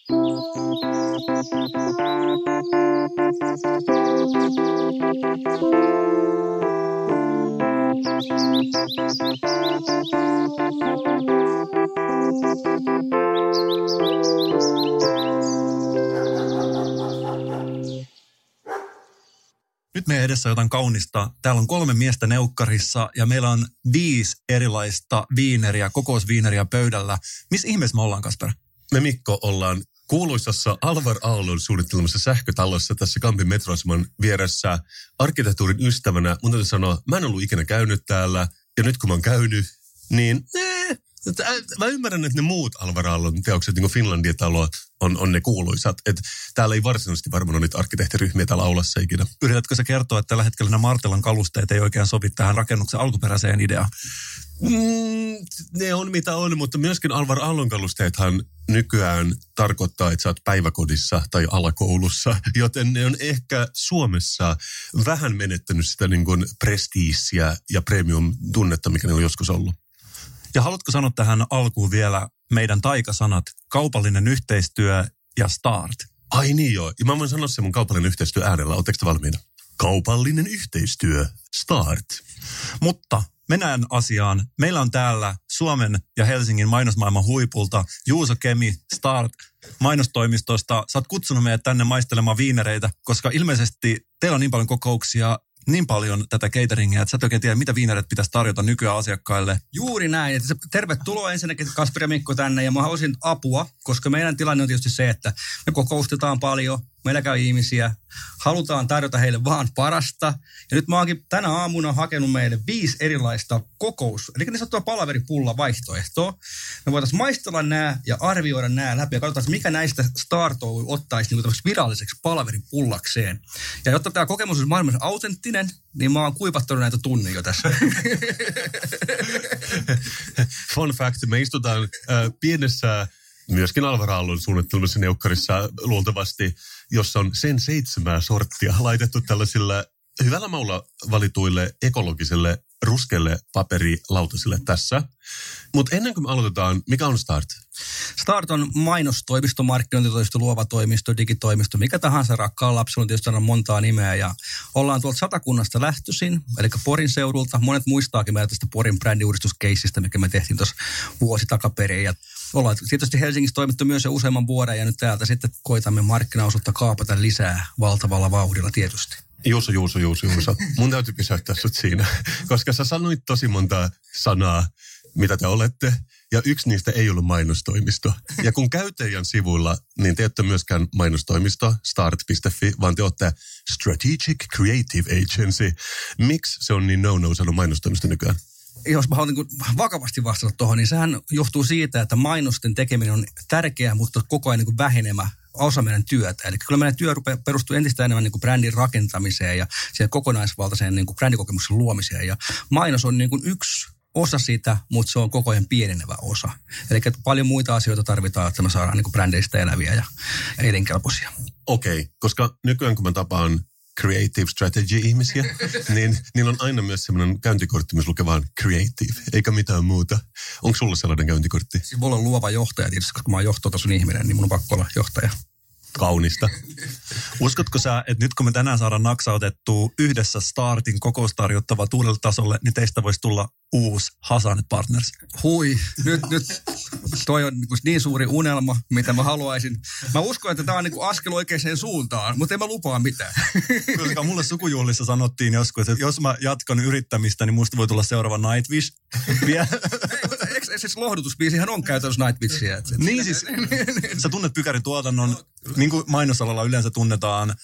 Nyt meidän edessä on jotain kaunista. Täällä on 3 miestä neukkarissa ja meillä on 5 erilaista viineriä, kokousviineriä pöydällä. Missä ihmeessä me ollaan, Kasper? Me, Mikko, ollaan kuuluisassa Alvar Aallon suunnittelemassa sähkötalossa tässä Kampin metroaseman vieressä arkkitehtuurin ystävänä. Mun täytyy sanoa, mä en ollut ikinä käynyt täällä ja nyt kun mä oon käynyt, niin mä ymmärrän, että ne muut Alvar Aallon teokset, niin kuin Finlandia-talo, on ne kuuluisat. Että täällä ei varsinaisesti varmaan ole niitä arkkitehtiryhmiä täällä aulassa ikinä. Yritätkö sä kertoa, että tällä hetkellä nämä Martelan kalusteet ei oikein sovi tähän rakennuksen alkuperäiseen ideaan? Ne on mitä on, mutta myöskin Alvar Aallon kalusteethan nykyään tarkoittaa, että sä oot päiväkodissa tai alakoulussa, joten ne on ehkä Suomessa vähän menettänyt sitä niin kuin prestiisiä ja premium-tunnetta, mikä ne on joskus ollut. Ja haluatko sanoa tähän alkuun vielä meidän taikasanat, kaupallinen yhteistyö ja start? Ai niin joo, ja mä voin sanoa se mun kaupallinen yhteistyö äänellä. Oletteko te valmiina? Kaupallinen yhteistyö, start. Mutta mennään asiaan. Meillä on täällä Suomen ja Helsingin mainosmaailman huipulta Juuso Kemi, Start mainostoimistosta. Sä oot kutsunut meidät tänne maistelemaan viinereitä, koska ilmeisesti teillä on niin paljon kokouksia, niin paljon tätä cateringia, että sä et oikein tiedä, mitä viinereitä pitäisi tarjota nykyään asiakkaille. Juuri näin. Että tervetuloa ensinnäkin Kasper ja Mikko tänne, ja mä haluaisin apua, koska meidän tilanne on tietysti se, että me kokoustetaan paljon, meillä käy ihmisiä, halutaan tarjota heille vaan parasta. Ja nyt mä oonkin tänä aamuna hakenut meille 5 erilaista eli niin sanottua palaveripulla vaihtoehtoa. Me voitaisiin maistella nämä ja arvioida nämä läpi ja katsotaan, mikä näistä Startoy ottaisi niin viralliseksi palaveripullakseen. Ja jotta tämä kokemus olisi maailmassa autenttinen, niin mä oon kuivattanut näitä tunnin jo tässä. Fun fact, me istutaan pienessä, myöskin Alvar Aallon suunnittelemassa neukkarissa luultavasti, jossa on sen 7 sorttia laitettu tällaisilla hyvällä maulla valituille ekologisille ruskeille paperilautasille tässä. Mutta ennen kuin me aloitetaan, mikä on Start? Start on mainostoimisto, markkinointitoimisto, luova toimisto, digitoimisto, mikä tahansa. Rakkaan lapsella on tietysti aina montaa nimeä ja ollaan tuolta Satakunnasta lähtöisin, eli Porin seudulta. Monet muistaakin meidän tästä Porin brändiuudistuskeissistä, mikä me tehtiin tuossa vuosi takaperin. Ja ollaan tietysti Helsingissä toimittu myös jo useamman vuoden ja nyt täältä sitten koitamme markkinaosuutta kaapata lisää valtavalla vauhdilla tietysti. Juuso. Mun täytyy pysäyttää sut siinä, koska sä sanoit tosi monta sanaa, mitä te olette, ja yksi niistä ei ollut mainostoimisto. Ja kun käy teidän sivuilla, niin te ette myöskään mainostoimisto, start.fi, vaan te olette Strategic Creative Agency. Miksi se on niin no-no sanonut mainostoimisto nykyään? Jos mä haluan niin vakavasti vastata tuohon, niin sehän johtuu siitä, että mainosten tekeminen on tärkeää, mutta koko ajan niin vähenemä osa meidän työtä. Eli kyllä meidän työ perustuu entistä enemmän niin kuin brändin rakentamiseen ja siihen kokonaisvaltaiseen niin kuin brändikokemuksen luomiseen. Ja mainos on niin kuin yksi osa sitä, mutta se on koko ajan pienenevä osa. Eli paljon muita asioita tarvitaan, että me saadaan niin kuin brändeistä eläviä ja elinkelpoisia. Okei, koska nykyään kun mä tapaan creative strategy-ihmisiä, niin niillä on aina myös sellainen käyntikortti, missä lukee vaan creative, eikä mitään muuta. Onko sulla sellainen käyntikortti? Siis mulla on luova johtaja tietysti, koska mä oon johtotason ihminen, niin mun on pakko olla johtaja. Kaunista. Uskotko sä, että nyt kun me tänään saadaan naksautettua yhdessä Startin kokoustarjottava uudelle tasolle, niin teistä voisi tulla uusi Hasan Partners? Hui, nyt toi on niin suuri unelma, mitä mä haluaisin. Mä uskon, että tää on niin kuin askel oikeaan suuntaan, mutta en mä lupaa mitään. Koska mulle sukujuhlissa sanottiin joskus, että jos mä jatkan yrittämistä, niin musta voi tulla seuraava Nightwish. Eikö siis lohdutusbiisihän on käytännössä Nightwishia? Niin siis, sä tunnet Pykärin tuotannon, niin kuin mainosalalla yleensä tunnetaan,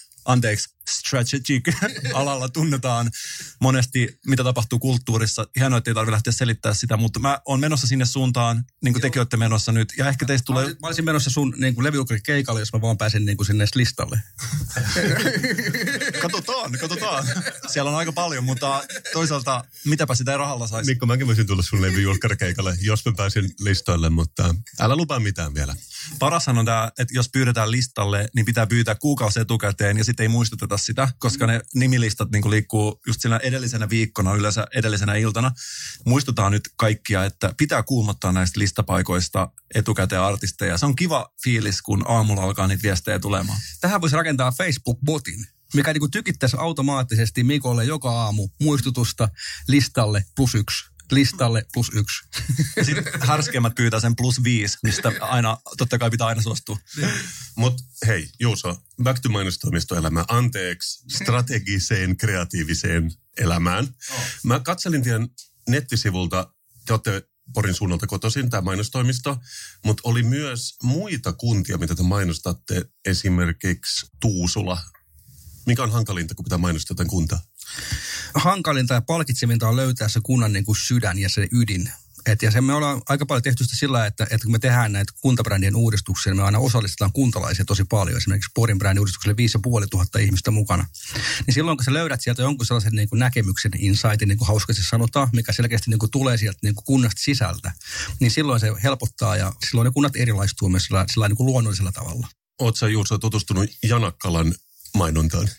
strategic-alalla tunnetaan monesti, mitä tapahtuu kulttuurissa. Hienoa, että ei tarvitse lähteä selittämään sitä, mutta mä oon menossa sinne suuntaan, niin kuin tekin olette menossa nyt. Ja ehkä teistä tulee... Mä olisin menossa sun niin levykeikalle, jos mä vaan pääsen niin kuin sinne listalle. Katsotaan. Siellä on aika paljon, mutta toisaalta mitäpä sitä ei rahalla saisi. Mikko, mäkin voisin tulla sun levyjulkkarikeikalle, jos mä pääsin listoille, mutta älä lupaa mitään vielä. Parashan on tämä, että jos pyydetään listalle, niin pitää pyytää kuukausi etukäteen ja sitten ei muistuteta sitä, koska ne nimilistat niin liikkuu just siinä edellisenä viikkona, yleensä edellisenä iltana. Muistutaan nyt kaikkia, että pitää kuumottaa näistä listapaikoista etukäteen artisteja. Se on kiva fiilis, kun aamulla alkaa niitä viestejä tulemaan. Tähän voisi rakentaa Facebook-botin, mikä niin kuin tykittäisi automaattisesti Mikolle joka aamu muistutusta listalle +1. Listalle +1. Ja sitten härskeimmät pyytää sen +5, mistä aina, totta kai pitää aina suostua. Mutta hei, Juuso, back to mainostoimistoelämään. Anteeksi strategiseen, kreatiiviseen elämään. Mä katselin teidän nettisivulta, te olette Porin suunnalta kotoisin, tämä mainostoimisto, mutta oli myös muita kuntia, mitä te mainostatte, esimerkiksi Tuusula. Mikä on hankalinta, kun pitää mainostaa jotain kuntaa? Hankalinta ja palkitsevinta on löytää se kunnan niin kuin sydän ja se ydin. Ja se me ollaan aika paljon tehty sitä sillä, että kun me tehdään näitä kuntabrändien uudistuksia, me aina osallistetaan kuntalaisia tosi paljon. Esimerkiksi Porin brändin uudistukselle 5,500 ihmistä mukana. Niin silloin, kun sä löydät sieltä jonkun sellaisen niin kuin näkemyksen, insightin, niin kuin hauskasti sanotaan, mikä selkeästi niin kuin tulee sieltä niin kuin kunnasta sisältä, niin silloin se helpottaa ja silloin ne kunnat erilaistuu myös sillä niin kuin luonnollisella tavalla. Oletko sä, Juuso, tutustunut Janakkalan mainontaan?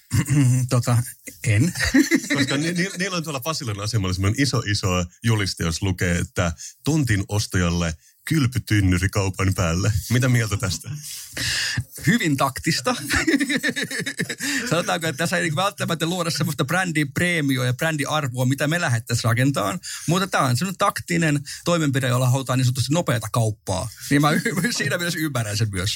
En. Koska niillä on tuolla Pasilan asemalla semmoinen iso juliste, jos lukee, että tuntin ostajalle kylpytynnyri kaupan päälle. Mitä mieltä tästä? Hyvin taktista. Sanotaanko, että tässä ei välttämättä luoda semmoista brändin preemioa ja brändiarvoa, mitä me lähdettäisiin rakentamaan. Mutta tämä on semmoinen taktinen toimenpide, jolla halutaan niin sanotusti nopeata kauppaa. Niin mä siinä mielessä ymmärrän sen myös.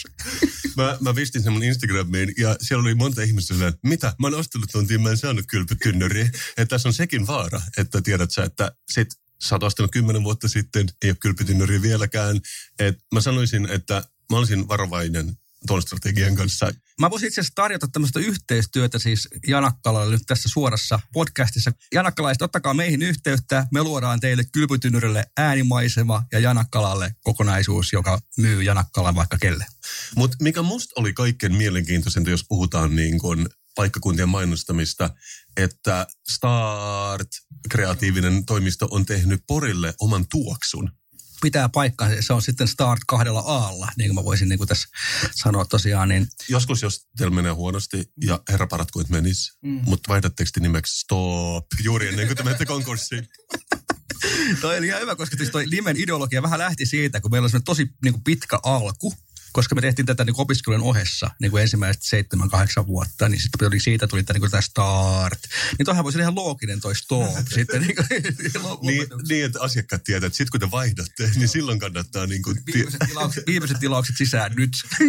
Mä vistin sen mun Instagramiin ja siellä oli monta ihmistä silleen, mitä? Mä oon ostellut tuntiin, mä en saanut kylpytynnyriä. Että tässä on sekin vaara, että tiedät sä, että sit sä oot ostanut 10 vuotta sitten, ei ole kylpytynnyriä vieläkään. Et mä sanoisin, että mä olisin varovainen tuon strategian kanssa. Mä voisin itse asiassa tarjota tämmöistä yhteistyötä siis Janakkalalle nyt tässä suorassa podcastissa. Janakkalaiset, ottakaa meihin yhteyttä. Me luodaan teille kylpytynnyrille äänimaisema ja Janakkalalle kokonaisuus, joka myy Janakkalan vaikka kelle. Mutta mikä musta oli kaikkein mielenkiintoisinta, jos puhutaan niin kuin paikkakuntien mainostamista, että Start, kreatiivinen toimisto, on tehnyt Porille oman tuoksun. Pitää paikkaa, se on sitten Start 2 A:lla, niin kuin mä voisin niin kuin tässä sanoa tosiaan. Niin. Joskus, jos teillä menee huonosti ja herra parat kuin menisi, mutta vaihdat tekstin nimeksi Stop, juuri ennen kuin te menette konkurssiin. Toi oli ihan hyvä, koska toi nimen ideologia vähän lähti siitä, kun meillä on tosi niin kuin pitkä alku. Koska me tehtiin tätä niin opiskelun ohessa niin ensimmäiset 7-8 vuotta, niin sitten siitä tuli tämä Start. Niin toihan voisi olla ihan looginen toi Stop. Sitten, niin, että asiakkaat tietävät, että sitten kun te vaihdatte, niin silloin kannattaa niin kuin viimeiset tilaukset sisään nyt.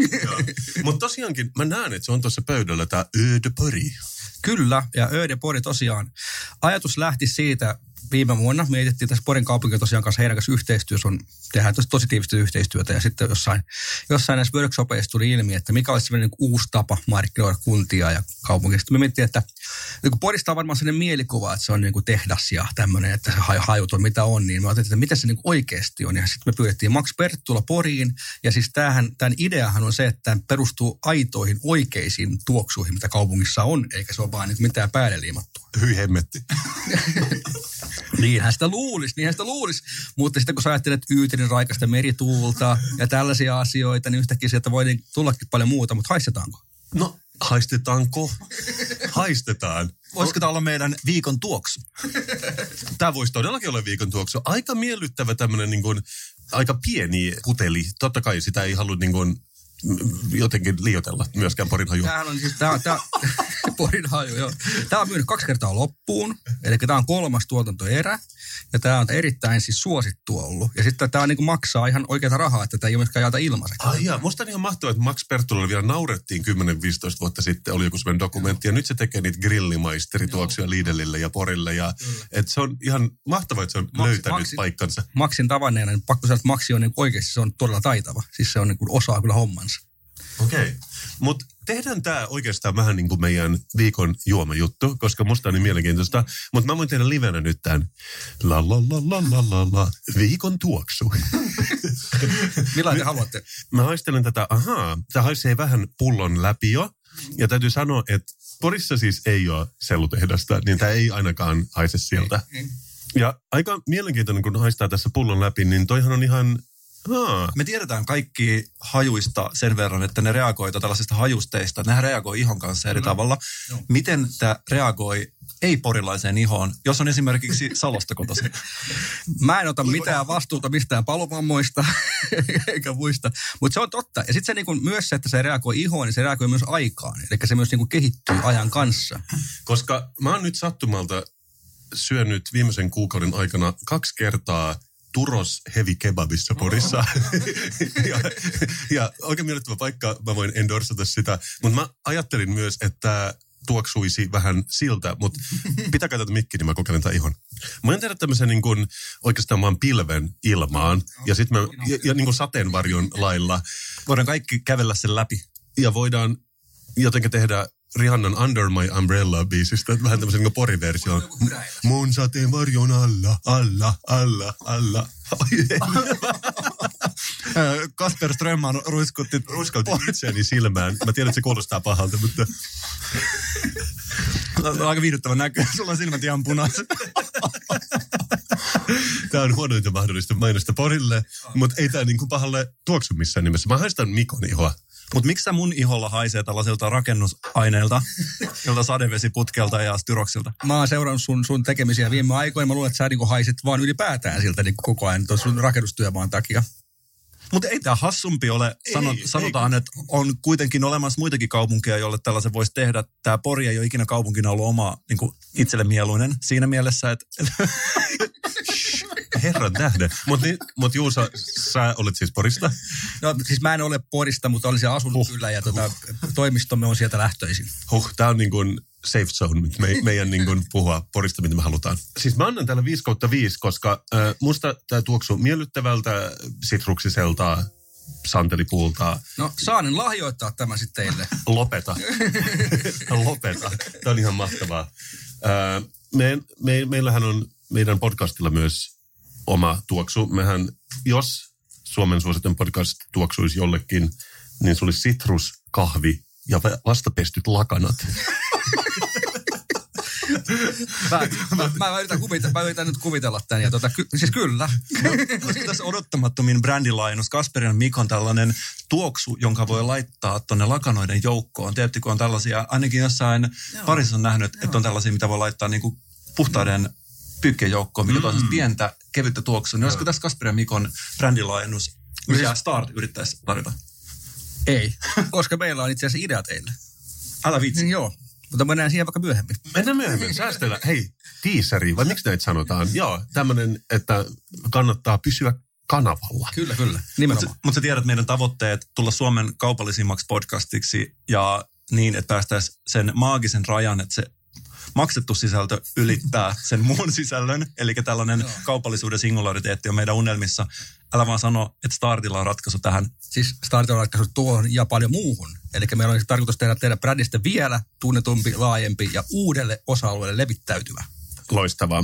Mutta tosiaankin mä näen, että se on tuossa pöydällä tämä Öde Pori. Kyllä, ja Öde Pori tosiaan. Ajatus lähti siitä, viime vuonna mietittiin tässä Porin kaupunki tosiaan kanssa heidän kanssa yhteistyössä, tehdään tosi tiivistä yhteistyötä ja sitten jossain näissä workshopeissa tuli ilmi, että mikä olisi sellainen niin uusi tapa markkinoida kuntia ja kaupunkia. Sitten me mietittiin, että niin Porista on varmaan sellainen mielikuva, että se on niin kuin tehdas ja tämmöinen, että se hajut on mitä on, niin me ajattelin, että mitä se niin kuin oikeasti on. Ja sitten me pyydettiin Max Perttula Poriin ja siis tämän ideahan on se, että tämä perustuu aitoihin oikeisiin tuoksuihin, mitä kaupungissa on, eikä se ole vaan niin mitään päälle liimattua. Hyi hemmetti. Niinhän sitä luulisi. Mutta sitten kun sä ajattelet Yyterin raikasta merituulta ja tällaisia asioita, niin yhtäkkiä sieltä voi tullakin paljon muuta, mutta haistetaanko? No, haistetaanko? Haistetaan. Voisiko tämä olla meidän viikon tuoksu? Tämä voisi todellakin olla viikon tuoksu. Aika miellyttävä tämmöinen niin kuin, aika pieni puteli. Totta kai sitä ei halua niin kuin jotenkin liioitella myöskään Porin hajua. Tämähän on siis, Porin haju, joo. Tämä on myynyt 2 kertaa loppuun, eli tämä on 3. tuotantoerä, ja tämä on erittäin siis suosittu ollut. Ja sitten tämä niin kuin maksaa ihan oikeata rahaa, että tämä ei ole myöskään jaeta ilmaiseksi. Ai jaa, musta on ihan mahtavaa, että Max Perttulalle vielä naurettiin 10-15 vuotta sitten, oli joku sellainen dokumentti, ja nyt se tekee niitä grillimaisterituoksuja Lidlille ja Porille, ja että se on ihan mahtavaa, että se on löytänyt paikkansa. Maxin tavanneena, niin pakko sanoa, että Maxi on niin oikeasti, se on todella taitava. Siis se on niin kuin osaa kyllä hommansa. Okei. Mutta tehdään tämä oikeastaan vähän niin kuin meidän viikon juomajuttu, koska musta on niin mielenkiintoista. Mutta mä voin tehdä livenä nyt tämän viikon tuoksu. Millainen te haluatte? Mä haistelen tätä, tämä haisee vähän pullon läpi jo. Ja täytyy sanoa, että Porissa siis ei ole sellutehdasta, niin tämä ei ainakaan haise sieltä. Ja aika mielenkiintoinen, kun haistaa tässä pullon läpi, niin toihan on ihan... Me tiedetään kaikki hajuista sen verran, että ne reagoi tällaisista hajusteista. Nehän reagoi ihon kanssa eri tavalla. Miten tämä reagoi ei-porilaiseen ihoon, jos on esimerkiksi Salosta kotoisin? Mä en ota mitään vastuuta mistään palovammoista, eikä muista. Mutta se on totta. Ja sitten se niinku myös se, että se reagoi ihoon, niin se reagoi myös aikaan. Eli se myös niinku kehittyy ajan kanssa. Koska mä oon nyt sattumalta syönyt viimeisen kuukauden aikana 2 kertaa Turos Heavy Kebabissa Porissa. ja oikein miellyttävä paikka, mä voin endorsata sitä. Mutta mä ajattelin myös, että tuoksuisi vähän siltä, mutta pitäkää tätä mikkiä, niin mä kokeilen tämän ihon. Mä voin tehdä tämmöisen niin kuin, oikeastaan vaan pilven ilmaan, ja sitten ja niin kuin sateenvarjon lailla. Voidaan kaikki kävellä sen läpi. Ja voidaan jotenkin tehdä Rihannan Under My Umbrella-biisistä, vähän tämmöisen niin kuin poriversioon. Mun sateenvarjon alla. Kasper Strömman ruiskautti itseäni silmään. Mä tiedän, että se kuulostaa pahalta, mutta... Aika viihdyttävä näkö. Sulla on silmät ihan punaiset. Tämä on huonointa mahdollista mainosta Porille, mutta ei tämä niin kuin pahalle tuoksu missään nimessä. Mä haistan Mikon ihoa. Mutta miksi sä mun iholla haisee tällaisilta rakennusaineilta, jolta sadevesiputkelta ja styroksilta? Mä oon seurannut sun tekemisiä viime aikoina. Mä luulen, että sä niinku haiset vaan ylipäätään siltä niinku koko ajan tuon sun rakennustyömaan takia. Mutta ei tämä hassumpi ole. Sanotaan, että on kuitenkin olemassa muitakin kaupunkeja, joille tällaisen voisi tehdä. Tämä Pori ei ole ikinä kaupunkina ollut oma niin itselle mieluinen siinä mielessä, että... Herran tähden. Mutta Juuso, sä olet siis Porista? No siis mä en ole Porista, mutta olen siellä asunut kyllä ja toimistomme on sieltä lähtöisin. Tää on niin kuin safe zone meidän niin kuin puhua Porista, mitä me halutaan. Siis mä annan täällä 5/5, koska musta tää tuoksuu miellyttävältä, sitruksiselta, santelipuulta. No saanen lahjoittaa tämä sitten teille. Lopeta. Tää on ihan mahtavaa. Meillähän on meidän podcastilla myös oma tuoksu. Mehän, jos Suomen suositun podcast tuoksuisi jollekin, niin se olisi sitrus, kahvi ja vastapestyt lakanat. Mä yritän nyt kuvitella tämän. Ja siis kyllä. Olisiko tässä odottamattomin brändilainus Kasperin Mikon tällainen tuoksu, jonka voi laittaa tuonne lakanoiden joukkoon? Tiedätkö, kun on tällaisia, ainakin jossain parissa on nähnyt, että on tällaisia, mitä voi laittaa niin kuin puhtaiden pyykkien joukkoon, mikä on pientä, kevyttä tuoksua. Niin olisiko tässä Kasperin Mikon brändilainus, mikä Start yrittäisi tarjota? Ei, koska meillä on itse asiassa idea teille. Älä vitsi. Joo, mutta mennään siihen vaikka myöhemmin. Mennään myöhemmin, säästellä. Hei, teaseri, vai miksi näitä sanotaan? Joo, tämmöinen, että kannattaa pysyä kanavalla. Kyllä, nimenomaan. Mutta sä tiedät meidän tavoitteet tulla Suomen kaupallisimmaksi podcastiksi ja niin, että päästäisiin sen maagisen rajan, että se maksettu sisältö ylittää sen muun sisällön. Eli tällainen kaupallisuuden singulariteetti on meidän unelmissa. Älä vaan sano, että Startilla on ratkaisu tähän. Siis Startilla on ratkaisu tuohon ja paljon muuhun. Eli meillä on tarkoitus tehdä brändistä vielä tunnetumpi, laajempi ja uudelle osa-alueelle levittäytyvä. Loistavaa.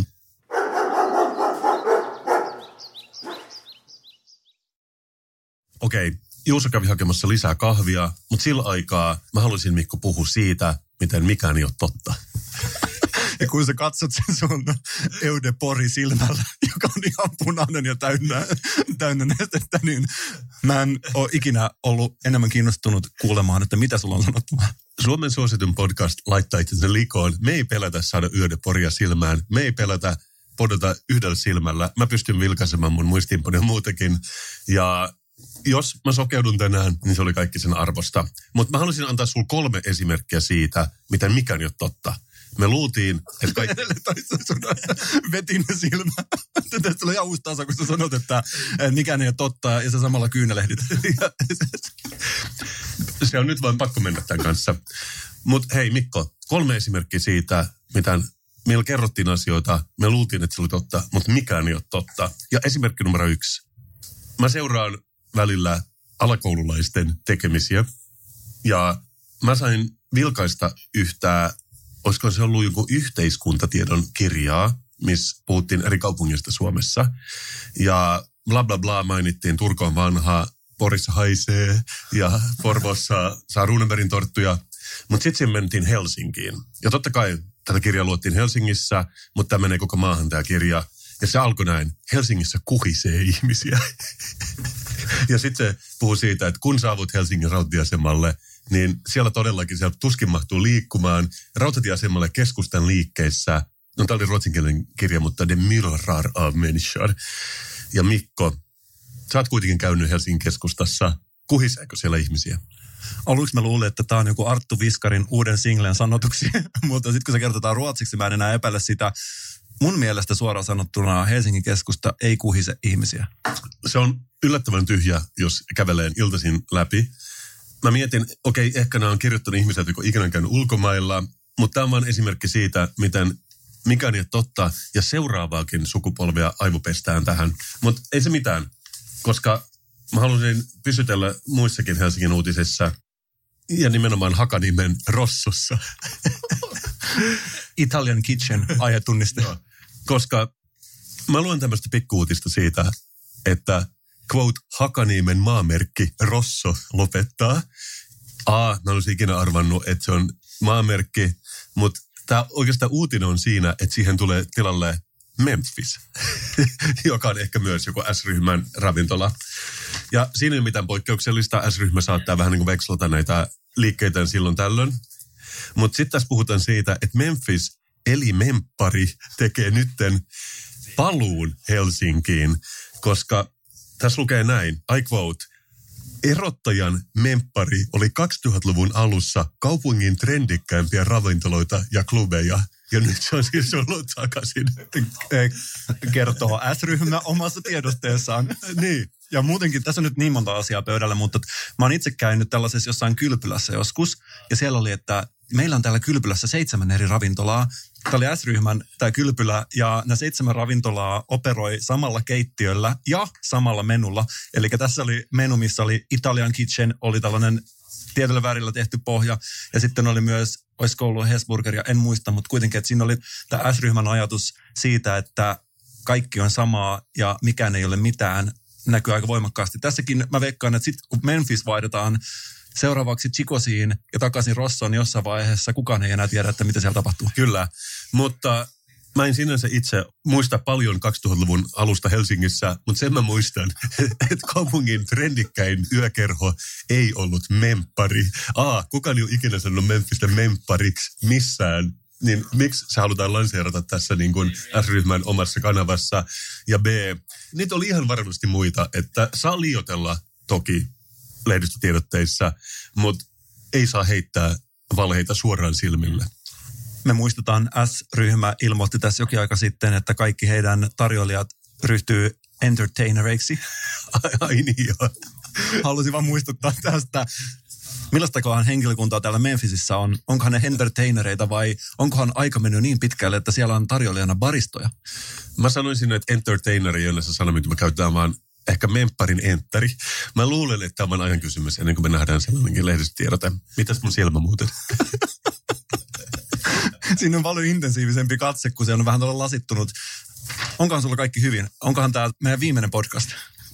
Okei, Juuso kävi hakemassa lisää kahvia, mutta sillä aikaa mä haluaisin Mikko puhua siitä, miten mikään ei ole totta. Ja kun sä katsot sen sun Eude Pori silmällä, joka on ihan punainen ja täynnä nestettä, niin mä en ole ikinä ollut enemmän kiinnostunut kuulemaan, että mitä sulla on sanottavaa. Suomen suositun podcast laittaa itsensä likoon. Me ei pelätä saada Eude Poria silmään. Me ei pelätä podata yhdellä silmällä. Mä pystyn vilkaisemaan mun muistiinpanoja muutakin. Ja jos mä sokeudun tänään, niin se oli kaikki sen arvosta. Mutta mä haluaisin antaa sulle 3 esimerkkiä siitä, miten mikään ei ole totta. Me luultiin, että kaikki... Vetin silmä. Tästä tulee ihan uusi tasa, kun sä sanot, että mikään ei ole totta, ja sä samalla kyynelehdit. Se on nyt vaan pakko mennä tämän kanssa. Mutta hei Mikko, 3 esimerkkiä siitä, mitä meillä kerrottiin asioita, me luultiin, että se oli totta, mutta mikään ei ole totta. Ja esimerkki numero 1. Mä seuraan välillä alakoululaisten tekemisiä, ja mä sain vilkaista yhtä, olisiko se ollut joku yhteiskuntatiedon kirjaa, missä puhuttiin eri kaupungista Suomessa. Ja bla bla bla mainittiin, Turku on vanha, Porissa haisee ja Porvoossa saa Runebergin torttuja. Mutta sitten siinä mentiin Helsinkiin. Ja totta kai tätä kirjaa luettiin Helsingissä, mutta tämä menee koko maahan tämä kirja. Ja se alkoi näin, Helsingissä kuhisee ihmisiä. Ja sitten se puhuu siitä, että kun saavut Helsingin rautatieasemalle, niin siellä todellakin siellä tuskin mahtuu liikkumaan. Rautatieasemalle keskustan liikkeissä, no tämä oli ruotsinkielinen kirja, mutta De myllrar av människor. Ja Mikko, sä oot kuitenkin käynyt Helsingin keskustassa. Kuhiseeko siellä ihmisiä? Aluksi mä luulin, että tämä on joku Arttu Viskarin uuden singlen sanotuksi, mutta sitten kun se kertotaan ruotsiksi, mä en enää epäile sitä. Mun mielestä suoraan sanottuna Helsingin keskusta ei kuhise ihmisiä. Se on yllättävän tyhjä, jos kävelee iltaisin läpi. Mä mietin, okei, ehkä nämä on kirjoittanut ihmiset, jotka ikinä on käynyt ulkomailla, mutta tämä on vain esimerkki siitä, miten mikä on totta ja seuraavaakin sukupolvia aivopestään tähän. Mutta ei se mitään, koska mä halusin pysytellä muissakin Helsingin uutisissa ja nimenomaan Hakaniemen Rossossa. Italian Kitchen aihetunniste. Koska mä luen tämmöistä pikkuutista siitä, että quote, Hakaniemen maamerkki Rosso lopettaa. Mä olisin ikinä arvannut, että se on maamerkki, mutta tämä oikeastaan uutinen on siinä, että siihen tulee tilalle Memphis, joka on ehkä myös joku S-ryhmän ravintola. Ja siinä ei ole mitään poikkeuksellista. S-ryhmä saattaa vähän niin kuin vekslata näitä liikkeitä silloin tällöin. Mutta sitten tässä puhutaan siitä, että Memphis eli memppari tekee nytten paluun Helsinkiin, koska tässä lukee näin, I quote, erottajan memppari oli 2000-luvun alussa kaupungin trendikkäimpiä ravintoloita ja klubeja. Ja nyt se on siis ollut takaisin. Kertoo S-ryhmä omassa tiedosteessaan. Niin. Ja muutenkin, tässä on nyt niin monta asiaa pöydällä, mutta mä oon itse käynyt tällaisessa jossain kylpylässä joskus. Ja siellä oli, että meillä on täällä kylpylässä 7 eri ravintolaa. Tämä oli S-ryhmän tämä kylpylä ja nämä 7 ravintolaa operoi samalla keittiöllä ja samalla menulla. Eli tässä oli menu, missä oli Italian Kitchen, oli tällainen tietyllä värillä tehty pohja. Ja sitten oli myös, olisiko ollut Hesburgeria, en muista, mutta kuitenkin, että siinä oli tämä S-ryhmän ajatus siitä, että kaikki on samaa ja mikään ei ole mitään, näkyy aika voimakkaasti. Tässäkin mä veikkaan, että sitten kun Memphis vaihdetaan seuraavaksi Chicosiin ja takaisin Rossoon jossain vaiheessa, kukaan ei enää tiedä, että mitä siellä tapahtuu. Kyllä, mutta mä en sinänsä itse muista paljon 2000-luvun alusta Helsingissä, mutta sen mä muistan, että kaupungin trendikkäin yökerho ei ollut memppari. Kukaan ei ole ikinä sanonut Memphistä memppariksi missään. Niin miksi se halutaan lanseerata tässä niin kuin S-ryhmän omassa kanavassa? Ja B, niitä oli ihan varmasti muita, että saa liioitella toki lehdistötiedotteissa, mutta ei saa heittää valheita suoraan silmille. Me muistetaan, S-ryhmä ilmoitti tässä jokin aika sitten, että kaikki heidän tarjoilijat ryhtyy entertainereiksi. Ai niin joo. Halusin vaan muistuttaa tästä. Millaistakohan henkilökuntaa täällä Memphisissä on? Onkohan ne entertainereita vai onkohan aika mennyt niin pitkälle, että siellä on tarjoilijana baristoja? Mä sanoisin, että entertaineri on se sana, mitä me käytetään vaan ehkä mempparin entteri. Mä luulen, että tämä on ajan kysymys ennen kuin me nähdään sellainenkin lehdistötiedote. Mitäs mun silmä muuten? Siinä on paljon intensiivisempi katse, kun se on vähän tuolla lasittunut. Onkohan sulla kaikki hyvin? Onkohan tämä meidän viimeinen podcast?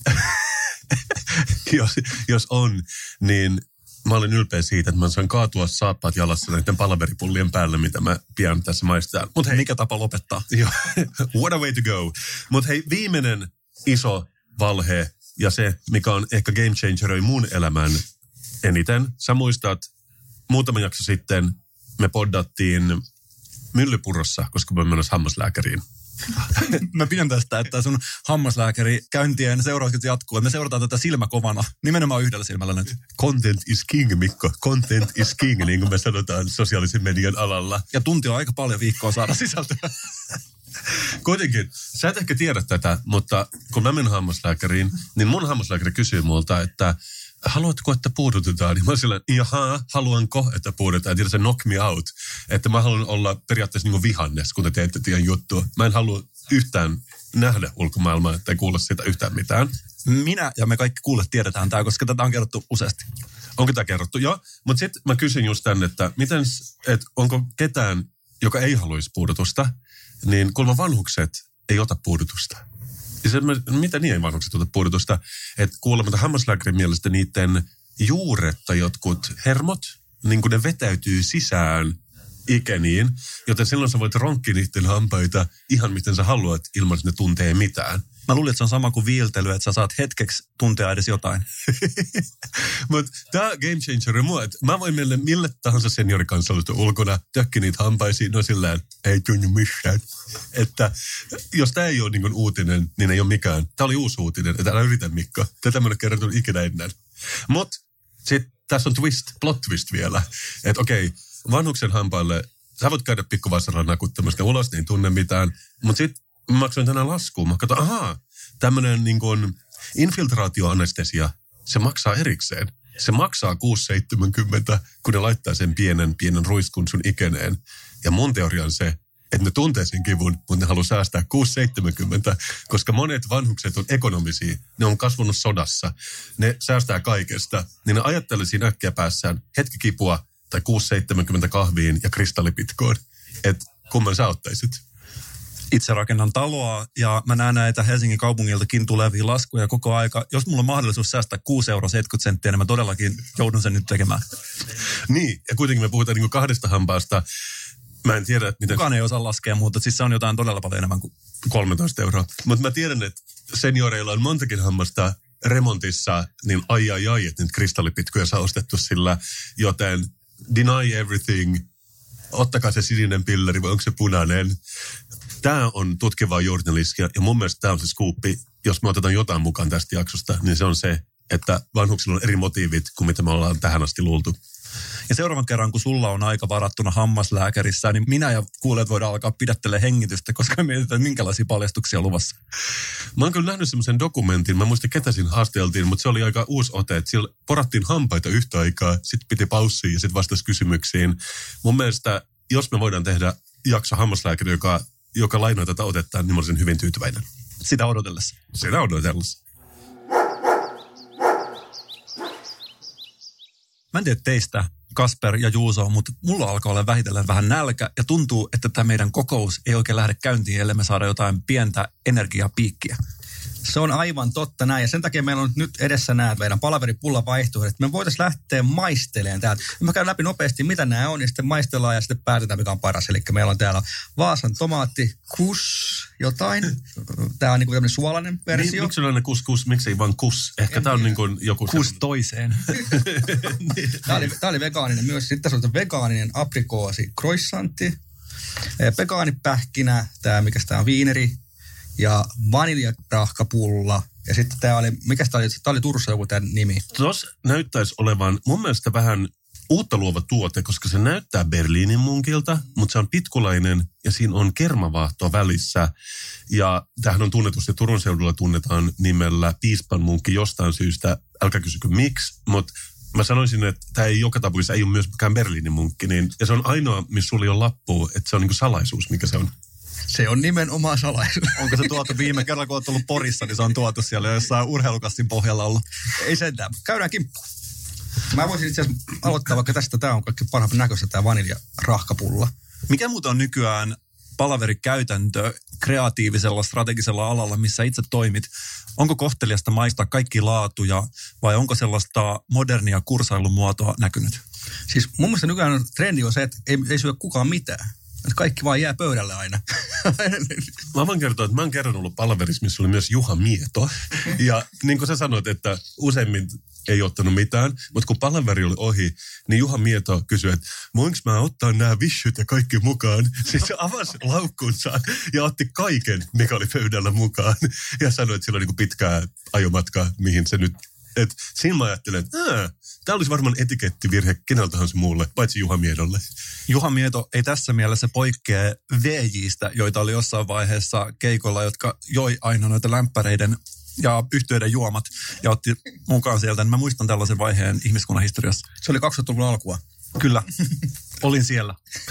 jos on, niin mä olen ylpeä siitä, että mä saan kaatua saappaat jalassa näiden palaveripullien päälle, mitä mä pian tässä maistetaan. Mutta hei, mikä tapa lopettaa? What a way to go. Mutta hei, viimeinen iso valhe ja se, mikä on ehkä game changeroi mun elämän eniten. Sä muistat, muutama jakso sitten me poddattiin Myllypurossa, koska mä menossa hammaslääkäriin. Mä pidän tästä, että sun hammaslääkäri käyntien seuraukset jatkuu. Me seurataan tätä silmäkovana, nimenomaan yhdellä silmällä nyt. Content is king, Mikko. Content is king, niin kuin me sanotaan sosiaalisen median alalla. Ja tunti on aika paljon viikkoa saada sisältöä. Kuitenkin, sä et ehkä tiedä tätä, mutta kun mä menen hammaslääkäriin, niin mun hammaslääkäri kysyy multa, että haluatko, että puudutetaan? Niin mä oon silleen, haluanko, että puudutetaan? Tiedä se knock me out. Että mä haluan olla periaatteessa niin kuin vihannes, kun te teette teidän juttua. Mä en halua yhtään nähdä ulkomaailmaa, tai kuulla siitä yhtään mitään. Minä ja me kaikki kuulet tiedetään tämä, koska tätä on kerrottu useasti. Onko tämä kerrottu? Joo, mutta sitten mä kysyn just tänne, että onko ketään, joka ei haluaisi puudutusta, niin kuulemma vanhukset ei ota puudutusta. Ja se, mitä niin ei vanhukset ota puudutusta? Että kuulemma hammaslääkärin mielestä niiden juuret tai jotkut hermot, niin kuin ne vetäytyy sisään ikeniin, joten silloin sä voit ronkkia niiden hampaita ihan miten sä haluat, ilman että ne tuntee mitään. Mä luulin, että se on sama kuin viiltely, että sä saat hetkeksi tuntea edes jotain. Mutta tämä game changer on mua, että mä voin mille tahansa seniorikansallisuutta ulkona tökki niitä hampaisiin, no sillään ei tunnu missään. Että jos tämä ei ole niin kuin uutinen, niin ei ole mikään. Tämä oli uusi uutinen, että älä yritä Mikko. Tätä mä en ole kertonut ikinä ennen. Mutta sitten tässä on plot twist vielä. Että okei, vanhuksen hampaille, sä voit käydä pikkuvasaralla nakuttamasta ulos, niin ei tunne mitään. Mutta sitten mä maksoin tänään laskuun. Mä katsoin, tämmöinen niin kuin infiltraatioanestesia, se maksaa erikseen. Se maksaa 6,70, kun ne laittaa sen pienen ruiskun sun ikeneen. Ja mun teoria on se, että ne tuntee sen kivun, mutta ne haluaa säästää 6,70, koska monet vanhukset on ekonomisia. Ne on kasvanut sodassa. Ne säästää kaikesta. Niin ne ajattelee siinä äkkiä päässään hetki kipua tai 6,70 kahviin ja kristallipitkoon. Että kumman sä ottaisit? Itse rakennan taloa ja mä näen näitä Helsingin kaupungiltakin tulevia laskuja koko aika. Jos mulla on mahdollisuus säästää 6,70 €, niin mä todellakin joudun sen nyt tekemään. Niin, ja kuitenkin me puhutaan niin kuin 2 hampaasta. Mä en tiedä, että kukaan ei osaa laskea, mutta siis se on jotain todella paljon enemmän kuin 13 €. Mutta mä tiedän, että senioreilla on montakin hammasta remontissa, niin ai, että nyt kristallipitkoja saa ostettu sillä, joten deny everything, ottakaa se sininen pilleri vai onko se punainen. Tämä on tutkivaa journalistia ja mun mielestä tämä on se skuuppi, jos me otetaan jotain mukaan tästä jaksosta, niin se on se, että vanhuksilla on eri motiivit kuin mitä me ollaan tähän asti luultu. Ja seuraavan kerran, kun sulla on aika varattuna hammaslääkärissä, niin minä ja kuulijat voidaan alkaa pidättelemään hengitystä, koska mietitään, minkälaisia paljastuksia on luvassa. Mä oon kyllä nähnyt semmoisen dokumentin, mä muistin ketä siinä haasteltiin, mutta se oli aika uusi ote, että siellä porattiin hampaita yhtä aikaa, sitten piti paussia ja sitten vastasi kysymyksiin. Mun mielestä, jos me voidaan tehdä jakso hammaslääkäri, joka lainaa tätä otetta, niin mä olisin hyvin tyytyväinen. Sitä odotellessa. Mä en tiedä teistä, Kasper ja Juuso, mutta mulla alkaa olla vähitellen vähän nälkä ja tuntuu, että tämä meidän kokous ei oikein lähde käyntiin, ellei me saada jotain pientä energiapiikkiä. Se on aivan totta näin ja sen takia meillä on nyt edessä nämä meidän palaveripulla vaihtoehdot. Me voitaisiin lähteä maistelemaan täältä. Mä käyn läpi nopeasti, mitä nämä on ja sitten maistellaan ja sitten päätetään, mikä on paras. Eli meillä on täällä Vaasan tomaatti, jotain. Tämä on niin kuin tämmöinen suolainen versio. Miksi on aina kus, miksi ei vaan kus? Ehkä tämä on niin kuin joku... Kus toiseen. Tämä oli vegaaninen myös. Sitten tässä on vegaaninen aprikoosi croissantti, vegaanipähkinä, tämä on viineri. Ja vaniljarahkapulla. Ja sitten tämä oli, tämä oli Turussa joku tämän nimi. Tuossa näyttäisi olevan mun mielestä vähän uutta luova tuote, koska se näyttää Berliinin munkilta, mutta se on pitkulainen ja siinä on kermavaahtoa välissä. Ja tämähän on tunnetusti, Turun seudulla tunnetaan nimellä piispan munkki jostain syystä. Älkää kysykö miksi, mutta mä sanoisin, että tämä ei joka tapauksessa ei ole myöskään Berliinin munkki. Niin, ja se on ainoa, missä sulla on lappu, että se on niin kuin salaisuus, mikä se on. Se on nimenomaan salaisuus. Onko se tuotu viime kerralla, kun olet ollut Porissa, niin se on tuotu siellä jossain urheilukassin pohjalla ollut. Ei sentään. Käydään kimppuun. Mä voisin itse asiassa aloittaa vaikka tästä. Tämä on kaikki parhaampi näköistä, tämä vaniljarahkapulla. Mikä muuta on nykyään palaverikäytäntö kreatiivisella, strategisella alalla, missä itse toimit? Onko kohteliasta maistaa kaikki laatuja vai onko sellaista modernia kursailumuotoa näkynyt? Siis mun mielestä nykyään trendi on se, että ei syö kukaan mitään. Että kaikki vaan jää pöydälle aina. Mä voin kertoa, että mä oon kerran ollut palaverissa, missä oli myös Juha Mieto. Ja niin kuin sä sanoit, että useimmin ei ottanut mitään, mutta kun palaveri oli ohi, niin Juha Mieto kysyi, että voinko mä ottaa nämä vissyt ja kaikki mukaan? Siis se avasi laukkunsa ja otti kaiken, mikä oli pöydällä mukaan. Ja sanoi, että sillä on niin kuin pitkä ajomatka, mihin se nyt... Et siinä mä ajattelen, että tämä olisi varmaan etikettivirhe kenellä tahansa muulle, paitsi Juha Miedolle. Juha Mieto ei tässä mielessä poikkea VJistä, joita oli jossain vaiheessa keikolla, jotka joi aina noita lämpäreiden ja yhtyeiden juomat ja otti mukaan sieltä. Mä muistan tällaisen vaiheen ihmiskunnan historiassa. Se oli 2000-luvun alkua. Kyllä, olin siellä.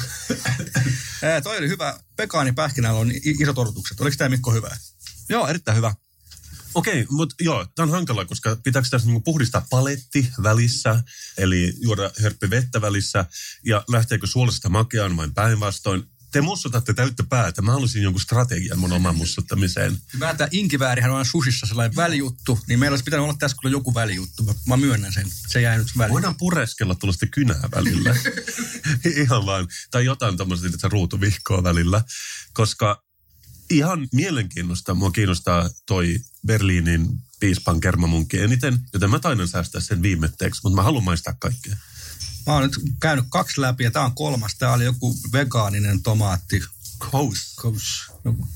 Toi oli hyvä. Vegaanipähkinällä on isot odotukset. Oliko tämä Mikko hyvä? Joo, erittäin hyvä. Okei, mutta joo, tämä on hankala, koska pitääkö tässä niinku puhdistaa paletti välissä, eli juoda hörppi vettä välissä, ja lähteekö suolasta makeaan vain päinvastoin? te mussutatte täyttä päätä. Mä halusin jonkun strategian mun oman mussuttamiseen. Tämä inkiväärihän on sushissa sellainen välijuttu, niin meillä olisi pitänyt olla tässä kyllä joku välijuttu. Mä myönnän sen. Se jäi nyt väliin. Voidaan pureskella tuollaista kynää välillä. Ihan vaan. Tai jotain tommoista, että ruutuvihkoa välillä. Koska ihan mielenkiinnosta mua kiinnostaa toi Berliinin piispan kermamunkki eniten, joten mä taidan säästää sen viimetteeksi, mutta mä haluan maistaa kaikkea. Mä oon nyt käynyt 2 läpi ja tää on 3. Tää oli joku vegaaninen tomaatti. Kous.